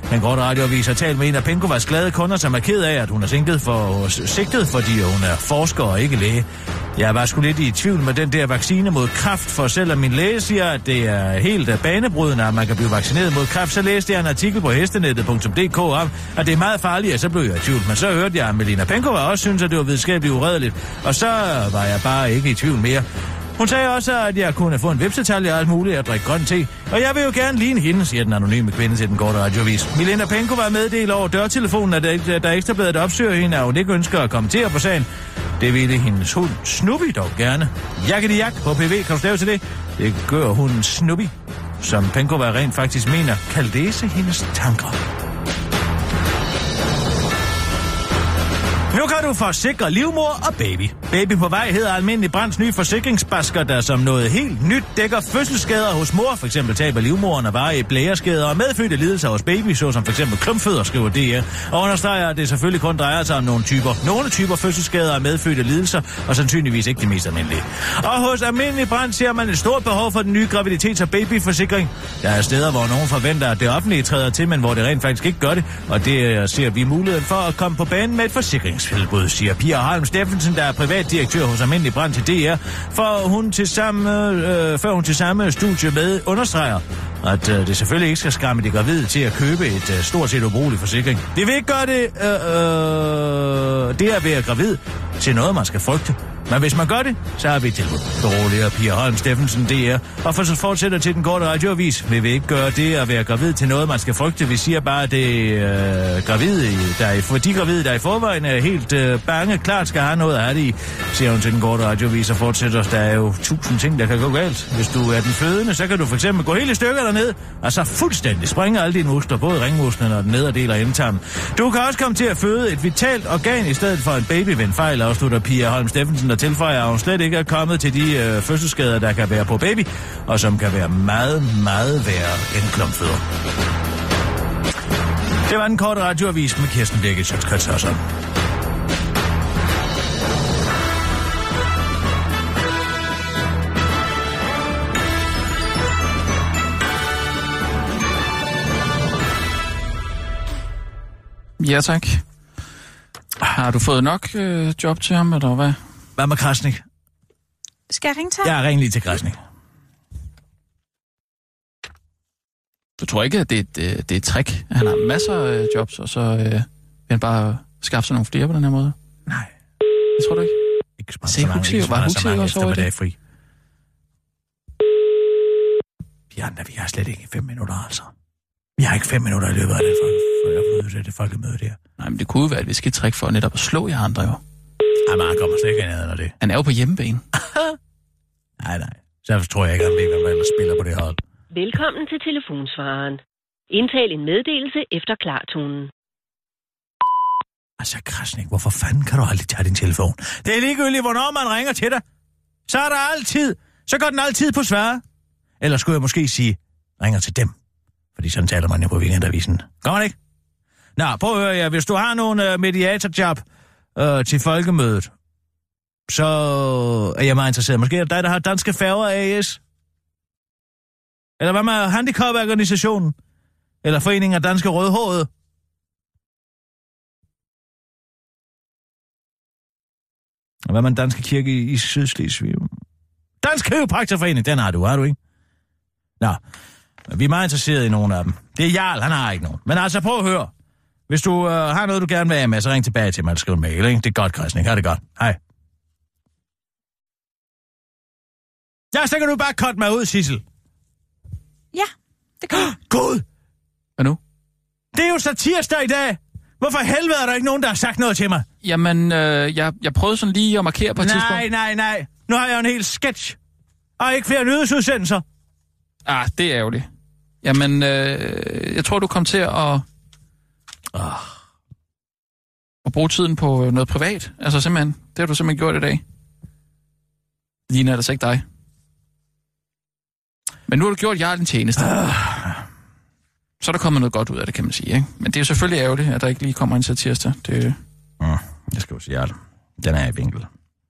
Den korte radioavis har talt med en af Penkovas glade kunder, som er ked af, at hun er sigtet, for, sigtet fordi hun er forsker og ikke læge. Jeg var sgu lidt i tvivl med den der vaccine mod kræft, for selvom min læge siger, at det er helt banebrydende, at man kan blive vaccineret mod kræft, så læste jeg en artikel på hestenettet punktum d k om, at det er meget farligt, og så blev jeg i tvivl. Men så hørte jeg, at Melina Penkova også synes, at det var videnskabeligt uredeligt, og så var jeg bare ikke i tvivl mere. Hun sagde også, at jeg kunne få en vipsetalje og alt muligt at drikke grøn te. Og jeg vil jo gerne ligne hende, siger den anonyme kvinde til den korte radioavis. Melina Penkova meddelt over dørtelefonen, at der Ekstrabladet opsøger hende, og hun ikke ønsker at kommentere på sagen. Det ville hendes hund Snuppy dog gerne. Jak på P V, kan du stave til det? Det gør hunden Snuppy, som Penkova rent faktisk mener, kan læse hendes tanker. Nu kan du forsikre livmor og baby. Baby på vej hedder Almindelig Brands nye forsikringsbasker, der som noget helt nyt dækker fødselsskader hos mor, for eksempel tab af livmoren og varige blæreskader og medfødte lidelser hos baby, såsom for eksempel klumpfødder, skriver D R, og understreger, at det selvfølgelig kun drejer sig om nogle typer. Nogle typer fødselsskader og medfødte lidelser, og sandsynligvis ikke de mest almindelige. Og hos Almindelig Brand ser man et stort behov for den nye graviditets- og babyforsikring. Der er steder, hvor nogen forventer, at det offentlige træder til, men hvor det rent faktisk ikke gør det, og det ser vi muligheden for at komme på banen med et forsikringstilbud, siger Pia Holm Steffensen, der er privatdirektør hos Almindelig Brand til D R, for hun til samme, øh, før hun til samme studie med understreger, at øh, det selvfølgelig ikke skal skræmme de gravide til at købe et øh, stort set ubrugeligt forsikring. Det vil ikke gøre det, øh, øh, det at være gravid til noget, man skal frygte. Men hvis man gør det, så har vi et tilbud. Beroliger Pia Holm Steffensen, D R. Og for så fortsætter til den korte radioavis. Vi vil ikke gøre det at være gravid til noget, man skal frygte. Vi siger bare, at det øh, gravide, der er, for de gravide, der i forvejen er helt øh, bange, klart skal have noget af det i, siger hun til den korte radioavis og fortsætter. Der er jo tusind ting, der kan gå galt. Hvis du er den fødende, så kan du for eksempel gå hele stykker derned, og så fuldstændig springe alle dine muskler, både ringmusklen og den nederdel af endetarmen. Du kan også komme til at føde et vitalt organ i stedet for en baby ved en fejl, afslutter Pia Holm Steffensen, og tilføjer, at hun slet ikke er kommet til de øh, fødselsskader, der kan være på baby, og som kan være meget, meget værre end klumpfødder. Det var den korte radioavis med Kirsten Birgit Schøtz-Krets Hørsholm. Ja, tak. Har du fået nok øh, job til ham, eller hvad? Hvad med Krasnik? Skal jeg ringe til ham? Ja, ring lige til Krasnik. Du tror ikke, at det er et, det er et trick? Han har masser af jobs, og så øh, vil han bare skaffe sig nogle flere på den her måde? Nej. Det tror du ikke? Ikke så mange. Se, Huxi, var Huxi også over det? Fri. Vi andre, vi har slet ikke fem minutter, altså. Vi har ikke fem minutter i løbet af det, for det folkemøde der. Nej, men det kunne jo være et visket trick for netop at slå jer andre, jo. Ej, man kommer slet ikke ned under det. Han er jo på hjemmebane. nej, nej. Så tror jeg ikke, at han ved, hvem der ellers spiller på det hold. Velkommen til telefonsvareren. Indtal en meddelelse efter klartonen. Altså, Krasnik, hvorfor fanden kan du aldrig tage din telefon? Det er ligegyldigt, hvornår man ringer til dig. Så er der altid. Så går den altid på svare. Eller skulle jeg måske sige, ringer til dem. Fordi sådan taler man jo på Weekendavisen. Gør man ikke? Nå, prøv at høre jer. Hvis du har nogle uh, mediatorjob uh, til folkemødet, så er jeg meget interesseret. Måske er det dig, der har Danske Færger A S? Eller hvad med handicaporganisationen? Eller Foreningen af Danske Rødhårede? Og hvad med den danske kirke i, i Sydslesvig? Dansk Kiropraktorforening, den har du, har du ikke? Nå, vi er meget interesserede i nogle af dem. Det er Jarl, han har ikke nogen. Men altså, prøv at høre. Hvis du øh, har noget, du gerne vil have med, så ring tilbage til mig og skriv en mail, ikke? Det er godt, Krasnik. Ha' det godt. Hej. Ja, så kan du bare cutte mig ud, Sissel. Ja, det kan jeg. Gud! Hvad nu? Det er jo så tirsdag i dag. Hvorfor helvede er der ikke nogen, der har sagt noget til mig? Jamen, øh, jeg, jeg prøvede sådan lige at markere på et nej, tidspunkt. Nej, nej, nej. Nu har jeg en hel sketch. Og ikke flere nyhedsudsendelser. Ah, det er ærgerligt. Jamen, øh, jeg tror, du kom til at... Oh. At bruge tiden på noget privat. Altså simpelthen, det har du simpelthen gjort i dag. Ligner det altså ikke dig. Men nu har du gjort Jarl en tjeneste. Uh. Så er der kommet noget godt ud af det, kan man sige, ikke? Men det er jo selvfølgelig ærgerligt, at der ikke lige kommer en til tirsdag. Det... Mm, jeg skal jo sige Jarl. Den er i vinkel.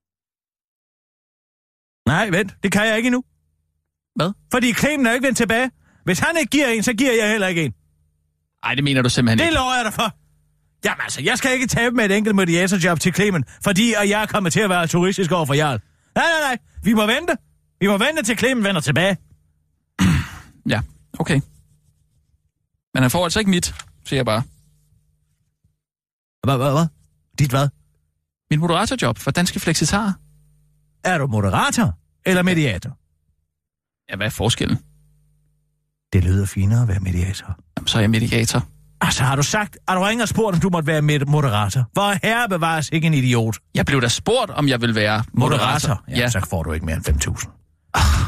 Nej, vent. Det kan jeg ikke endnu. Hvad? Fordi Clemen er ikke vendt tilbage. Hvis han ikke giver en, så giver jeg heller ikke en. Nej, det mener du simpelthen det ikke. Det lover jeg dig for. Jamen altså, jeg skal ikke tabe med et enkelt mediatorjob til Clemen, fordi og jeg kommer til at være turistisk over for Jarl. Nej, nej, nej. Vi må vente. Vi må vente til Clemen vender tilbage. Ja, okay. Men han får altså ikke mit, siger jeg bare. Hvad, hvad, hvad? Dit hvad? Mit moderatorjob for Danske Flexitarer. Er du moderator eller mediator? Ja, hvad er forskellen? Det lyder finere at være mediator. Jamen, så er jeg mediator. Altså, har du sagt, at du ringer og spurgt, om du måtte være med moderator? For herre bevares ikke en idiot. Jeg blev da spurgt, om jeg vil være moderator. Moderator? Ja, ja. Så får du ikke mere end fem tusind.